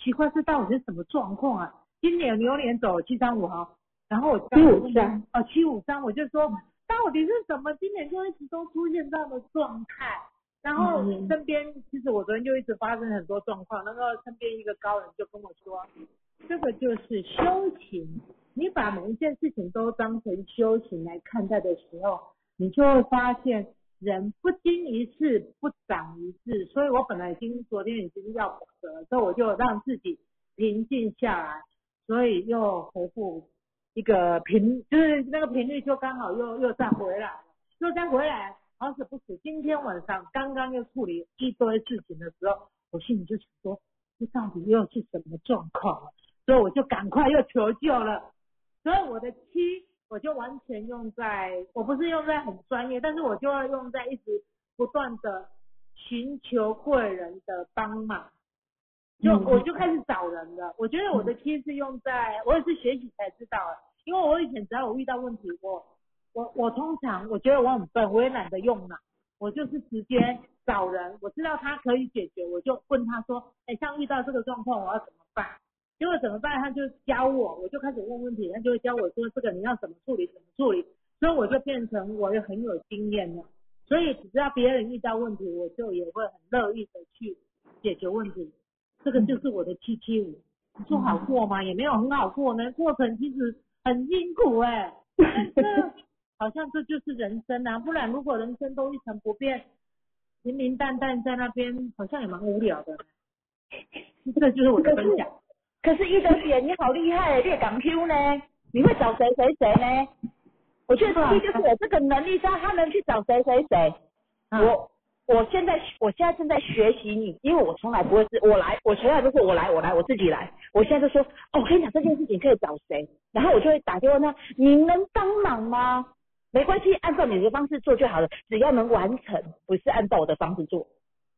奇怪，这到底是什么状况啊？今年牛年走735号，然后我753，我就说到底是什么？今年就一直都出现这样的状态，然后身边其实我昨天就一直发生很多状况，那个身边一个高人就跟我说，这个就是修行，你把每一件事情都当成修行来看待的时候，你就会发现人不经一事不长一智。所以我本来昨天已经要走了，所以我就让自己平静下来，所以又回复一个就是那个频率就刚好又再回来了，又再回来。好死不死，今天晚上刚刚又处理一堆事情的时候，我心里就想说，这到底又是什么状况了？所以我就赶快又求救了。所以我的7，我就完全用在，我不是用在很专业，但是我就要用在一直不断的寻求贵人的帮忙。我就开始找人了。我觉得我的7是用在，我也是学习才知道的，因为我以前只要我遇到问题，我通常我觉得我很笨，我也懒得用脑，我就是直接找人，我知道他可以解决，我就问他说，像遇到这个状况我要怎么办？结果怎么办？他就教我，我就开始问问题，他就会教我说这个你要怎么处理，所以我就变成我也很有经验了。所以只要别人遇到问题，我就也会很乐意的去解决问题。这个就是我的775。你说好过吗？也没有很好过呢，过程其实很辛苦但是好像这就是人生啊，不然如果人生都一成不变，平平淡淡在那边，好像也蛮无聊的。这个就是我的分享。 可是一德姐你好厉害，你也敢 Q 呢？你会找谁呢？我觉得7就是有这个能力，他能去找谁。我现在正在学习你，因为我从来不会是我从来都是我来，我自己来。我现在就说，我跟你讲这件事情可以找谁，然后我就会打电话问他，你能帮忙吗？没关系，按照你的方式做就好了，只要能完成，不是按照我的方式做。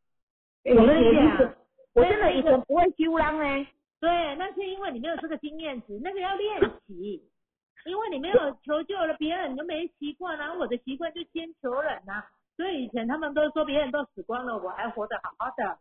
我真的以前不会丢浪对，那是因为你没有这个经验值，那个要练习。因为你没有求救了别人，你就没习惯啊。我的习惯就先求人啊。所以以前他们都说别人都死光了，我还活得好好的。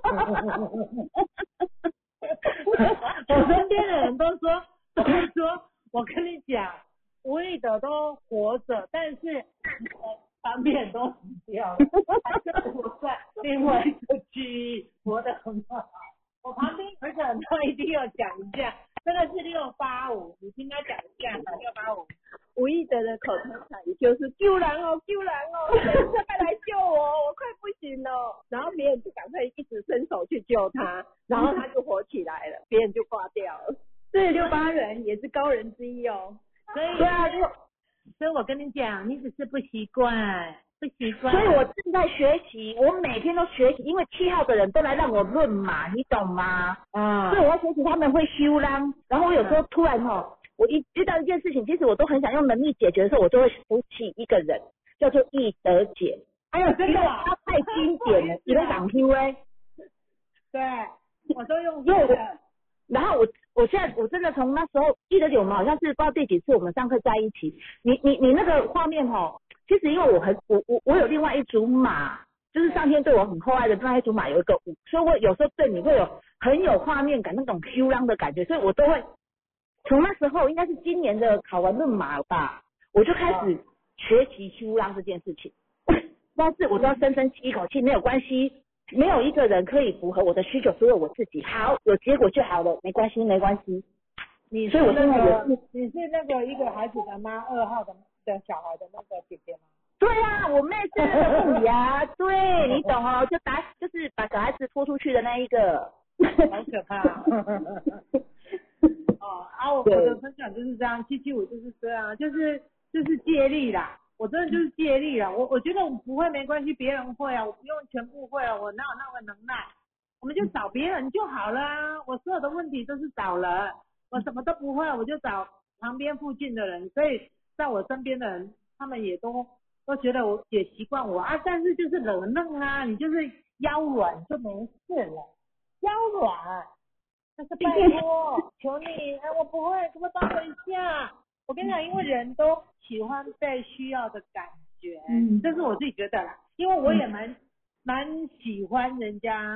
我身边的人都说，我跟你讲，无意的都活着，但是旁边都死掉了，还是我在另外一个区域活得很好。我旁边有一个人都一定要讲一下，这个是685，你听他讲一下685。 吴亦德的口头禅就是救人哦，快来救我，我快不行了。然后别人就赶快一直伸手去救他，然后他就活起来了，别人就挂掉了。 对，68人也是高人之一哦。所以我跟你讲，你只是不习惯。 所以我正在学习，我每天都学习，因为7号的人都来让我论马，你懂吗？所以我要学习他们会修浪，然后我有时候突然我一遇到一件事情，其实我都很想用能力解决的时候，我就会扶起一个人，叫做易德姐。 哎呦，真的啊！ 他太经典了，你们讲 QA。 对，我都用这个。 然后我现在我真的从那时候易德姐，我们好像是不知道第几次我们上课在一起，你那个画面其实因为我有另外一组马，就是上天对我很厚爱的另外一组马有一个5，所以我有时候对你会有很有画面感，那种 Q 浪的感觉，所以我都会从那时候应该是今年的考完论马吧，我就开始学习 Q 浪这件事情。但是我都要深深吸一口气，没有关系，没有一个人可以符合我的需求，只有我自己。好，有结果就好了，没关系。所以我现在你是那个一个孩子的妈，2号的小孩的那个姐姐吗？ 对啊，我妹是那个母牙，对，你懂哦，就是把小孩子拖出去的那一个， 好可怕。我的分享就是这样，775就是这样，就是借力啦，我真的就是借力啦。我觉得我不会没关系，别人会啊，我不用全部会啊，我哪有那个能耐？我们就找别人就好了啊。我所有的问题都是找人，我什么都不会，我就找旁边附近的人，所以在我身边的人，他们也都觉得我也习惯我啊。但是就是惹嫩啊，你就是腰软就没事了，腰软。但是拜托，求你，我不会，可不可以帮我一下？我跟你讲，因为人都喜欢被需要的感觉，这是我自己觉得啦。因为我也蛮喜欢人家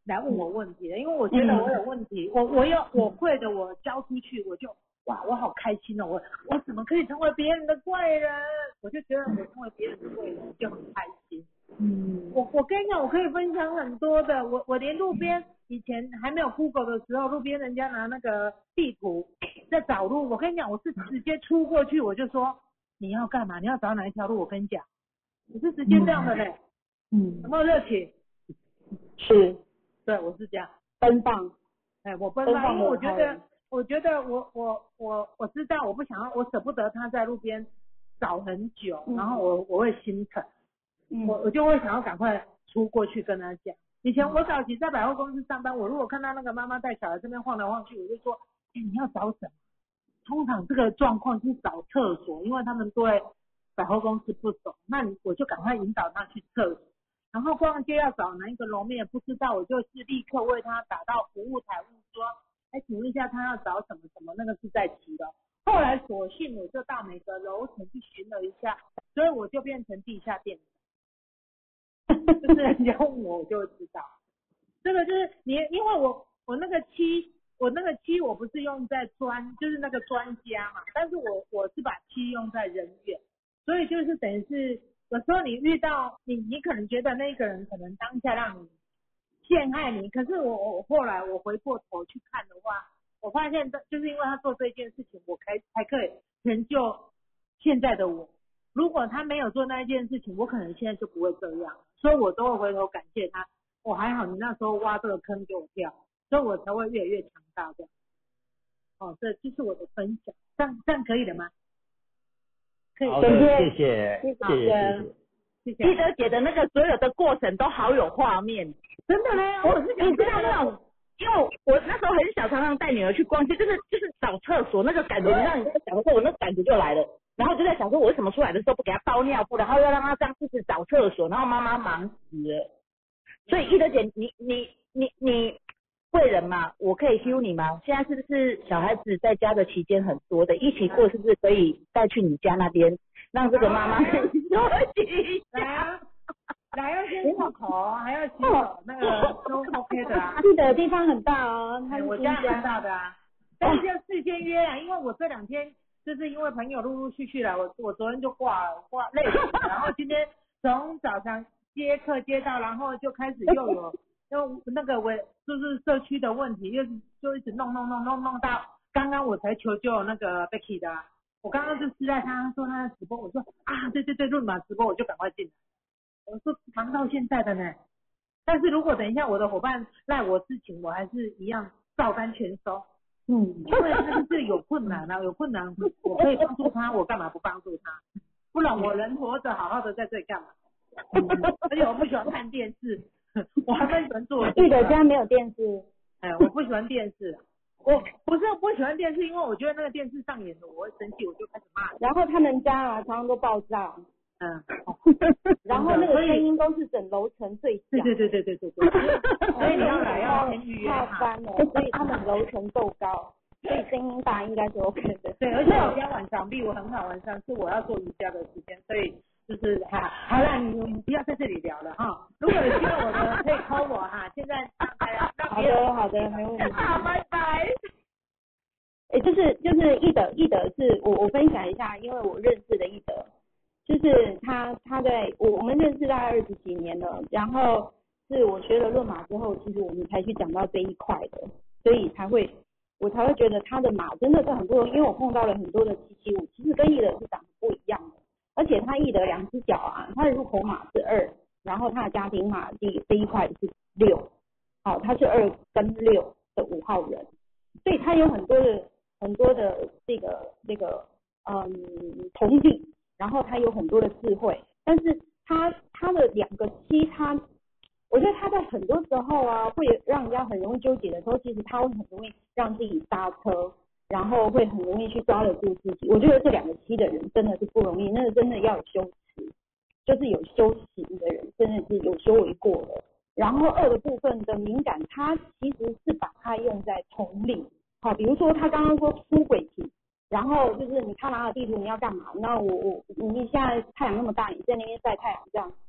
来问我问题的，因为我觉得我有问题，我会的，我交出去，我就哇，我好开心哦，我怎么可以成为别人的贵人？我就觉得我成为别人的贵人就很开心。我跟你讲，我可以分享很多的，我连路边以前还没有 Google 的时候，路边人家拿那个地图在找路，我跟你讲，我是直接出过去，我就说你要干嘛？你要找哪一条路？我跟你讲，我是直接这样的嘞。有没有热情？ 是， 对，我是这样奔放。 我奔放，因为我觉得我知道我不想要，我舍不得他在路边找很久，然后我会心疼。我就会想要赶快出过去跟他讲。以前我早期在百货公司上班，我如果看到那个妈妈带小孩这边晃来晃去，我就说，你要找什么？通常这个状况是找厕所，因为他们对百货公司不熟，那我就赶快引导他去厕所。然后逛街要找哪一个楼面不知道，我就是立刻为他打到服务台问说，请问一下他要找什么什么，那个是在骑的。后来索性我就到每个楼层去巡了一下，所以我就变成地下店。就是人家问我就会知道，这个就是你，因为我那个漆我不是用在就是那个专家嘛，但是我是把漆用在人员，所以就是等于是有时候你遇到你可能觉得那个人可能当下让你陷害你，可是我后来我回过头去看的话，我发现就是因为他做这件事情，我才可以成就现在的我。如果他没有做那一件事情，我可能现在就不会这样，所以我都会回头感谢他。我还好，你那时候挖这个坑给我跳，所以我才会越来越强大这样。这就是我的分享，这样可以了吗？可以。 好的，谢谢。 记得姐的那个所有的过程都好有画面， 真的嘞。 你知道那种，因为我那时候很小，常常带女儿去逛街，就是找厕所那个感觉，让你在想说，我那感觉就来了。然后就在想说，我为什么出来的时候不给他包尿布，然后要让他这样一直找厕所，然后妈妈忙死了。所以一德姐，你贵人嘛，我可以 Q 你吗？现在是不是小孩子在家的期间很多的，一起过是不是可以带去你家那边，让这个妈妈休息？ 来要先漱口，还要洗手，那个都 OK 的啊。 去的地方很大哦， 我家很大的啊，但是要事先约啊，因为我这2天。就是因为朋友陆陆续续来，我昨天就挂累死了，然后今天从早上接客接到，然后就开始又有那个就是社区的问题，就一直弄到刚刚我才求救那个 Becky 的，我刚刚就私在他说他的直播，我说对论马直播，我就赶快进来，我说忙到现在的呢，但是如果等一下我的伙伴赖我事情，我还是一样照单全收。因为他就是有困难啊，有困难我可以帮助他，我干嘛不帮助他？不然我人活着好好的在这里干嘛？而且我不喜欢看电视，我还蛮喜欢做。 记得家没有电视。 我不喜欢电视，我不是不喜欢电视，因为我觉得那个电视上演的我会生气，我就开始骂。 然后他们家常常都爆炸。然后那个声音都是整楼层最响。 对。所以你要来要先预约太翻了，所以他们楼层够高，所以声音大应该是 OK 的。 对，而且我家晚上比我很好，晚上是我要做瑜伽的时间，所以就是好了，你不要在这里聊了哈。如果有需要我的可以 call 我哈，现在好的，没问题。 好，拜拜。 就是易德是我分享一下，因为我认识的易德。就是他在我们认识大概20几年了，然后是我学了论马之后，其实我们才去讲到这一块的，所以我才会觉得他的马真的是很不容易，因为我碰到了很多的775，其实跟易德是长得不一样的，而且他易德2只脚啊，他的入口马是2，然后他的家庭马这一块是6，他是2跟6的5号人，所以他有很多的这个同理。然后他有很多的智慧，但是他的2个7，我觉得他在很多时候啊，会让人家很容易纠结的时候，其实他会很容易让自己刹车，然后会很容易去抓得住自己。我觉得这2个7的人真的是不容易，那个真的要有修持，就是有修行的人，真的是有修为过的。然后2的部分的敏感，他其实是把它用在同理，比如说他刚刚说出轨题。然后就是他拿了地图你要干嘛？那你现在太阳那么大，你在那边晒太阳这样，我觉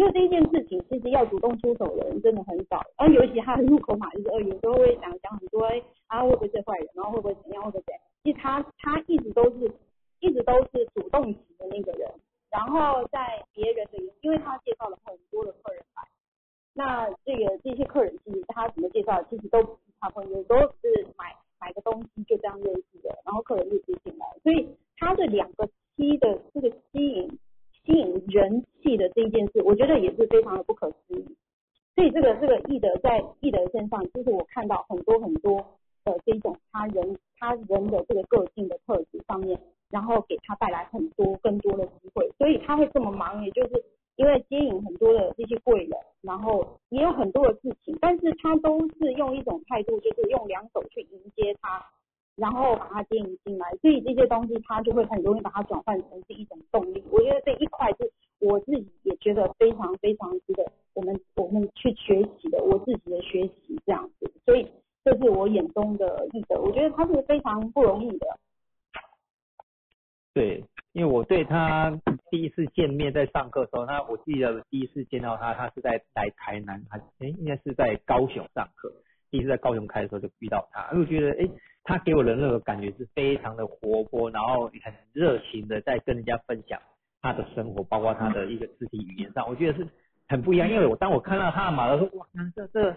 觉得这一件事情其实要主动出手的人真的很少，而尤其他的入口码就是2，有时候会讲很多，会不会是坏人，然后会不会怎样，会不会怎样？其实他一直都是主动型的那个人，然后在别人的，因为他介绍了很多的客人来，那这些客人其实他怎么介绍，其实都不是他朋友，有时候是买个东西就这样认识的，然后客人就直接进来，所以他这2个7的这个吸引人气的这一件事，我觉得也是非常的不可思议。所以这个易德在易德身上，就是我看到很多的这种他人的这个个性的特质上面，然后给他带来更多的机会，所以他会这么忙，也就是因为接引很多的这些贵人，然后也有很多的事情，但是他都是用一种态度，就是用2手去迎接他，然后把他接引进来，所以这些东西他就会很容易把它转换成是一种动力。我觉得这一块是我自己也觉得非常非常值得我们去学习的，我自己的学习这样子，所以这是我眼中的易德，我觉得他是非常不容易的。 对，因为我对他第一次见面在上课的时候，我记得第一次见到他是在来台南，应该是在高雄上课，第一次在高雄开的时候就遇到他，我觉得他给我的那个感觉是非常的活泼，然后很热情的在跟人家分享他的生活，包括他的一个肢体语言上，我觉得是很不一样。因为当我看到他的马的时候，哇，这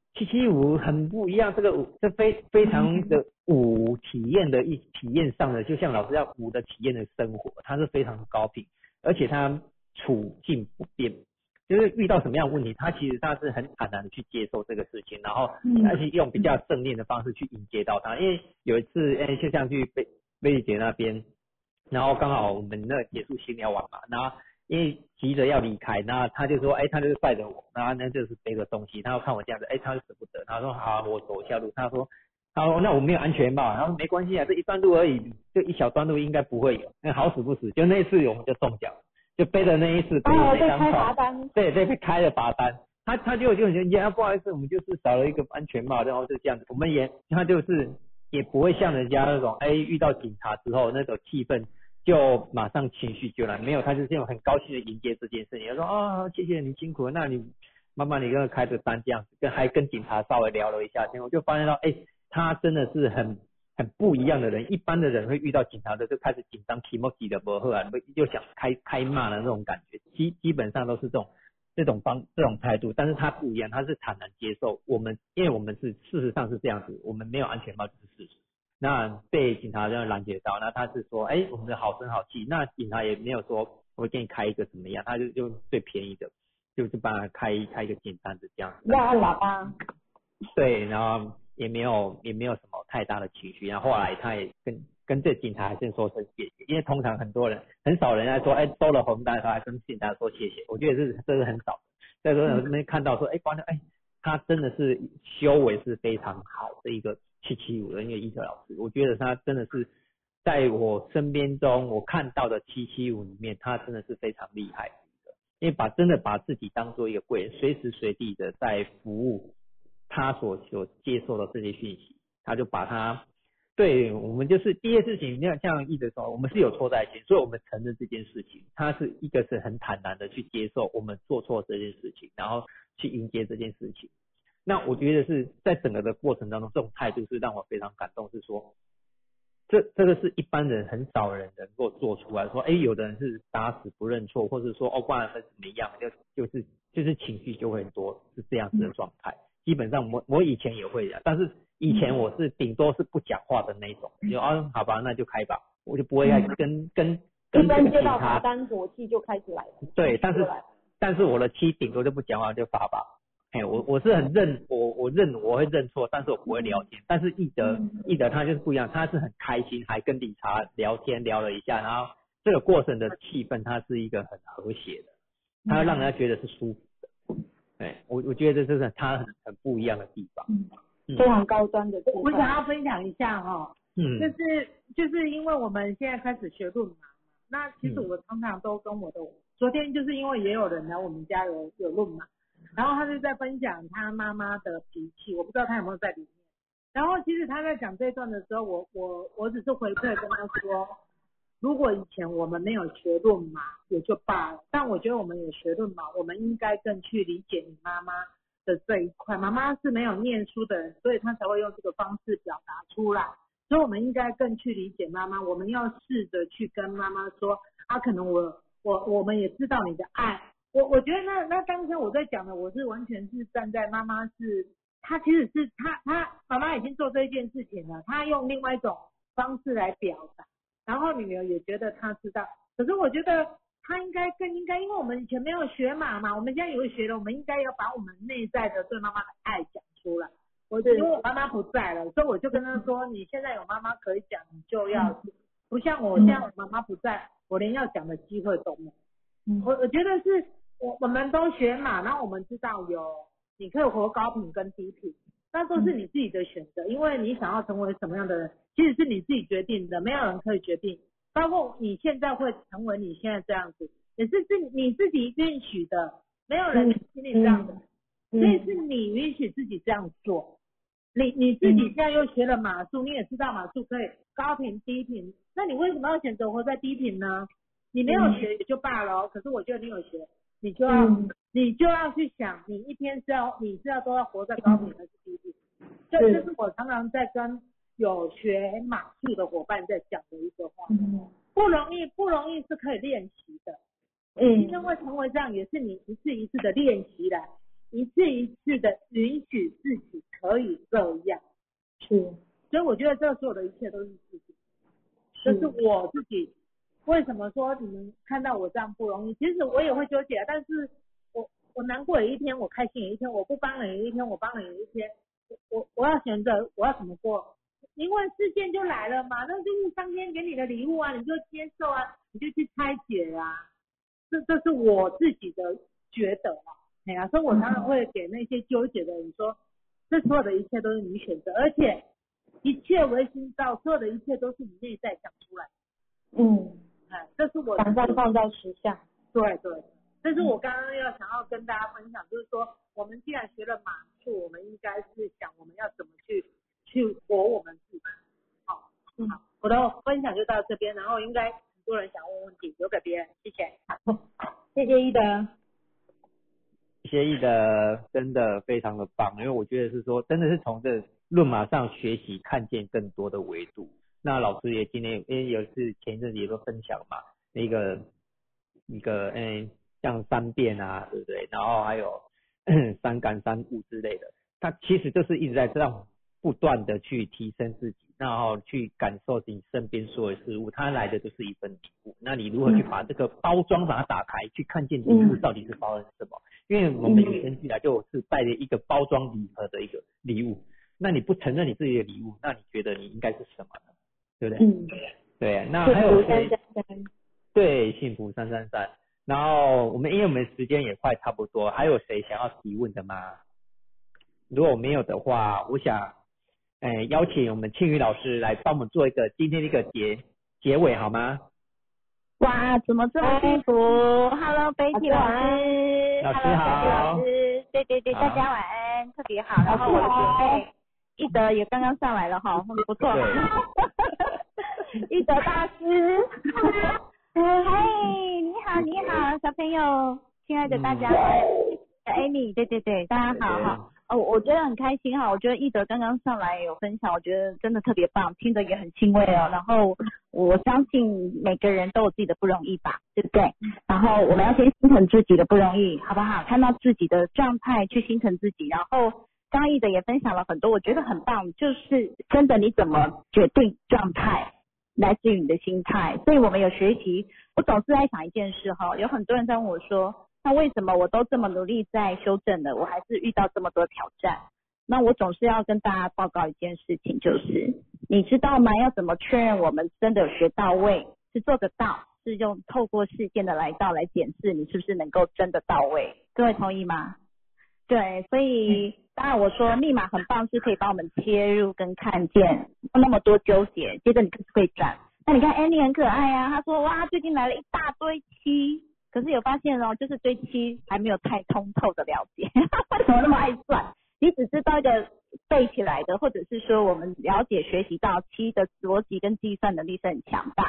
775很不一样，这非常的舞体验上的，就像老师要舞的体验的生活，他是非常的高频，而且他处境不变，就是遇到什么样的问题，他其实是很坦然的去接受这个事情，然后而且用比较正面的方式去迎接到他。因为有一次就像去贝姐那边，然后刚好我们那结束闲聊完嘛，然后因为急着要离开，那他就说他就是带着我，然后就是背个东西，他要看我这样子，他就舍不得，他说好，我走一下路，他说那我没有安全帽，然后没关系啊，这一段路而已，就一小段路应该不会有，那好死不死，就那一次我们就中奖，就背的那一次背那张开罚单， 对，被开了罚单，他就很觉得不好意思，我们就是少了一个安全帽，然后就这样子，我们他就是也不会像人家那种遇到警察之后那种气氛就马上情绪就来，没有，他就是很高兴的迎接这件事情，他说谢谢你辛苦了，那你妈妈你跟开着单这样子，还跟警察稍微聊了一下天，我就发现到他真的是很不一样的人，一般的人会遇到警察的就开始紧张，提莫急的不好啊，又想开骂的那种感觉，基本上都是这种态度，但是他不一样，他是坦然接受我们，因为我们是事实上是这样子，我们没有安全帽就是事实。那被警察这样拦截到，那他是说我们的好声好气，那警察也没有说我会给你开一个怎么样，他就最便宜的，就是帮他开一个简单的这样子。 要按喇叭。 对，然后也没有什么太大的情绪，然后后来他也跟这警察还是说声谢谢，因为通常很少人在说收了红单还跟警察说谢谢，我觉得这是很少的。在这边看到说发现他真的是修为是非常好的一个775的一个易德老师，我觉得他真的是在我身边中我看到的775里面，他真的是非常厉害的，因为真的把自己当做一个贵人，随时随地的在服务他所接受的这些讯息，他就把他对我们就是第一件事情，像易德说，我们是有错在先，所以我们承认这件事情，他是一个是很坦然的去接受我们做错这件事情，然后去迎接这件事情。那我觉得是在整个的过程当中，这种态度是让我非常感动，是说这个是一般人很少人能够做出来，说有的人是打死不认错，或者说不然会怎么样，就是情绪就会很多，是这样子的状态。基本上我以前也会的，但是以前我是顶多是不讲话的那一种，就好吧，那就开吧，我就不会跟一般接到罚单火气就开始来了。 对，但是我的7顶多就不讲话就罚吧。我是很我会认错，但是我不会聊天。但是易德他就是不一样，他是很开心，还跟理查聊天聊了一下，然后这个过程的气氛，它是一个很和谐的，它让人家觉得是舒服的。我觉得这是他很不一样的地方， 非常高端的。 我想要分享一下就是因为我们现在开始学论麻，那其实我常常都跟我的昨天就是因为也有人来我们家有论麻。然后他就在分享他妈妈的脾气，我不知道他有没有在里面。然后其实他在讲这一段的时候，我只是回馈跟他说， 如果以前我们没有学论码也就罢了，但我觉得我们有学论码，我们应该更去理解你妈妈的这一块。妈妈是没有念书的人，所以她才会用这个方式表达出来，所以我们应该更去理解妈妈。我们要试着去跟妈妈说，可能我们也知道你的爱。我觉得那当时我在讲的，我是完全是站在妈妈是，她其实是她妈妈已经做这件事情了，她用另外一种方式来表达。然后女儿也觉得她知道，可是我觉得她更应该，因为我们以前没有学码嘛，我们现在有学了，我们应该要把我们内在的对妈妈的爱讲出来。因为我妈妈不在了，所以我就跟她说，你现在有妈妈可以讲，你就要，不像我现在我妈妈不在，我连要讲的机会都没有。我觉得是我们都学码，然后我们知道你可以活高频跟低频，那都是你自己的选择，因为你想要成为什么样的人，其实是你自己决定的，没有人可以决定。包括你现在会成为你现在这样子，也是你自己允许的，没有人请你这样的，所以是你允许自己这样做。你自己现在又学了码数，你也知道码数可以高频低频，那你为什么要选择活在低频呢？你没有学也就罢了，可是我觉得你有学，你就要去想，你一天你是要都要活在高频还是低频？这是我常常在跟有学码数的伙伴在讲的一个话。不容易是可以练习的。今天会成为这样，也是你一次一次的练习来，一次一次的允许自己可以这样。所以我觉得这所有的一切都是自己。这是我自己为什么说你们看到我这样不容易，其实我也会纠结，但是我难过有一天，我开心有一天，我不帮人有一天，我帮人有一天，我要选择我要怎么过，因为事件就来了嘛，那就是上天给你的礼物啊，你就接受啊，你就去拆解啊，这是我自己的觉得啊，所以我常常会给那些纠结的人说，这所有的一切都是你选择，而且一切唯心造，所有的一切都是你内在想出来的。这是我想象创造实相。 对，这是我刚刚想要跟大家分享，就是说我们既然学了码数，我们应该是想我们要怎么去活我们自己。好，我的分享就到这边，然后应该很多人想问问题，留给别人，谢谢。 谢谢一德。 谢谢一德，真的非常的棒，因为我觉得是说，真的是从这论码上学习，看见更多的维度。那老师也今天有是前一阵子也都分享嘛，一个像三变啊，对不对？然后还有三感三悟之类的，它其实就是一直在这样不断的去提升自己，然后去感受你身边所有事物，它来的就是一份礼物。那你如何去把这个包装把它打开，去看见礼物到底是包含什么？因为我们与生俱来就是带着一个包装礼盒的一个礼物，那你不承认你自己的礼物，那你觉得你应该是什么呢？对不对？对，那还有谁？对，幸福333。然后因为我们时间也快差不多，还有谁想要提问的吗？如果没有的话，我想邀请我们庆宇老师来帮我们做一个今天的一个结尾好吗？ 哇，怎么这么幸福 ？Hello Betty 老师， 老师好， 老师，对，大家晚安，特别好。然后我的姐妹一德也刚刚上来了哈，不错。一德大师，嗨，你好，小朋友，亲爱的大家，Amy， 对，大家好哈。我觉得很开心哈，我觉得一德刚刚上来有分享，我觉得真的特别棒，听得也很欣慰哦。然后我相信每个人都有自己的不容易吧，对不对？然后我们要先心疼自己的不容易，好不好？看到自己的状态去心疼自己。然后刚一德也分享了很多，我觉得很棒，就是真的你怎么决定状态，来自于你的心态。所以我们有学习，我总是在想一件事哈，有很多人在问我说，那为什么我都这么努力在修正了，我还是遇到这么多挑战？那我总是要跟大家报告一件事情，就是你知道吗？要怎么确认我们真的有学到位，是做得到，是用透过事件的来检视你是不是能够真的到位。各位同意吗？对，所以当然我说密码很棒，是可以帮我们切入跟看见，不那么多纠结，接着你可以转。那你看 Annie 很可爱啊，她说哇最近来了一大堆7，可是有发现哦，就是对7还没有太通透的了解，为什么那么爱算？你只知道一个背起来的，或者是说我们了解学习到7的逻辑跟计算能力是很强大，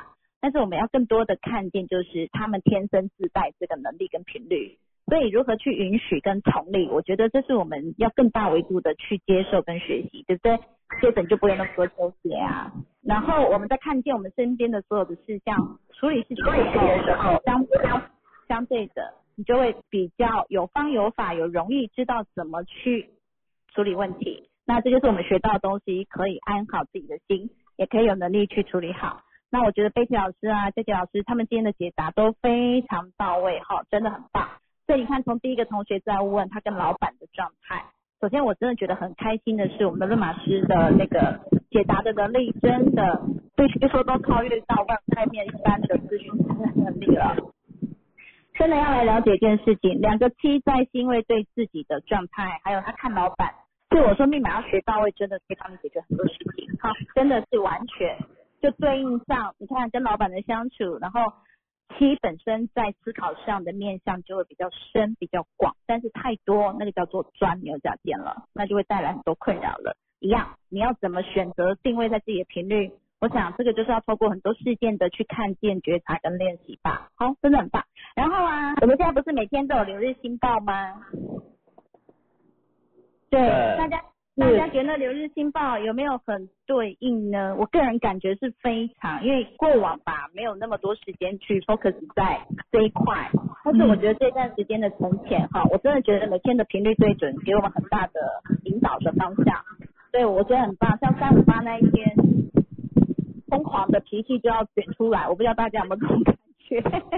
但是我们要更多的看见，就是他们天生自带这个能力跟频率。所以如何去允许跟同理，我觉得这是我们要更大维度的去接受跟学习，对不对？接着你就不会那么多纠结啊。然后我们再看见我们身边的所有的事项，处理事情的时候，相对的，你就会比较有方有法，有容易知道怎么去处理问题。那这就是我们学到的东西，可以安好自己的心，也可以有能力去处理好。那我觉得贝奇老师啊、佳杰老师他们今天的解答都非常到位哈，真的很棒。所以你看，从第一个同学在问他跟老板的状态，首先我真的觉得很开心的是，我们的论马师的那个解答的能力真的必须说都超越到外面一般的咨询师的能力了。真的要来了解一件事情，两个七在是因为对自己的状态，还有他看老板，所以我说密码要学到位，真的可以帮你解决很多事情。好，真的是完全就对应上，你看跟老板的相处，然后七本身在思考上的面向就会比较深比较广，但是太多那个叫做钻牛角尖了，那就会带来很多困扰了。一样，你要怎么选择定位在自己的频率，我想这个就是要透过很多事件的去看见觉察跟练习吧。好，真的很棒。然后啊，我们现在不是每天都有流日新报吗？对，大家觉得流日新报有没有很对应呢？我个人感觉是非常，因为过往吧没有那么多时间去 focus 在这一块，但是我觉得这段时间的沉潜哈，我真的觉得每天的频率对准给我们很大的引导的方向，所以我觉得很棒。像358那一天，疯狂的脾气就要卷出来，我不知道大家有没有这种感觉？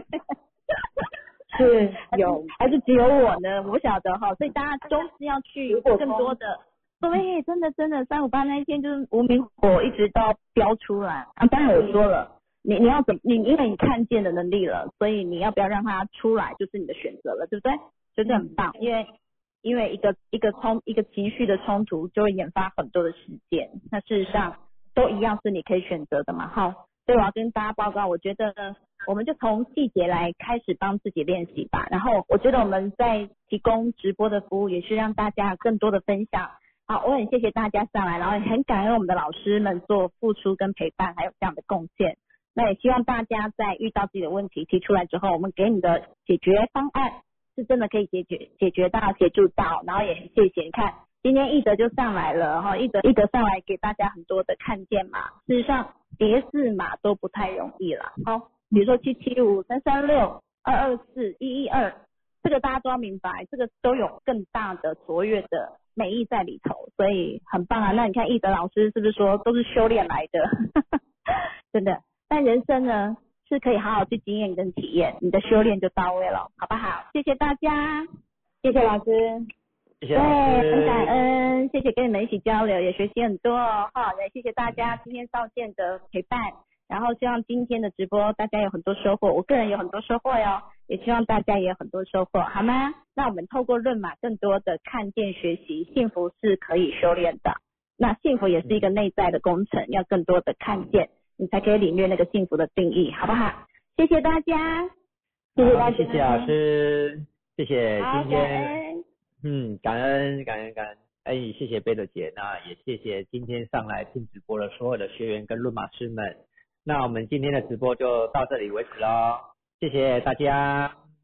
是有， 还是只有我呢？我不晓得哈，所以大家都是要去更多的。对，真的358那一天就是无名火一直到飙出来啊！当然我说了，你要怎么因为你看见的能力了，所以你要不要让它出来就是你的选择了，对不对？就是很棒，因为一个情绪的冲突就会引发很多的事件，那事实上都一样是你可以选择的嘛。好，所以我要跟大家报告，我觉得我们就从细节来开始帮自己练习吧。然后我觉得我们在提供直播的服务，也是让大家更多的分享。好，我很谢谢大家上来，然后也很感恩我们的老师们做付出跟陪伴，还有这样的贡献。那也希望大家在遇到自己的问题提出来之后，我们给你的解决方案是真的可以解决到、协助到。然后也很谢谢，你看今天易德就上来了哈，易德上来给大家很多的看见嘛。事实上叠字码都不太容易了，好，比如说775、336、224、112，这个大家都要明白，这个都有更大的卓越的美意在里头，所以很棒啊。那你看易德老师是不是说都是修炼来的？真的，但人生呢是可以好好去经验跟体验，你的修炼就到位了，好不好？谢谢大家，谢谢老师， 谢谢老师， 对，很感恩，谢谢跟你们一起交流，也学习很多哦。好，也谢谢大家今天上线的陪伴，然后希望今天的直播大家有很多收获，我个人有很多收获哟，也希望大家也有很多收获，好吗？那我们透过论码更多的看见学习，幸福是可以修炼的，那幸福也是一个内在的工程，要更多的看见，你才可以领略那个幸福的定义，好不好？谢谢大家，谢谢大家， 谢谢老师，谢谢今天，感恩，谢谢贝德姐，那也谢谢今天上来听直播的所有的学员跟论码师们，那我们今天的直播就到这里为止咯，谢谢大家。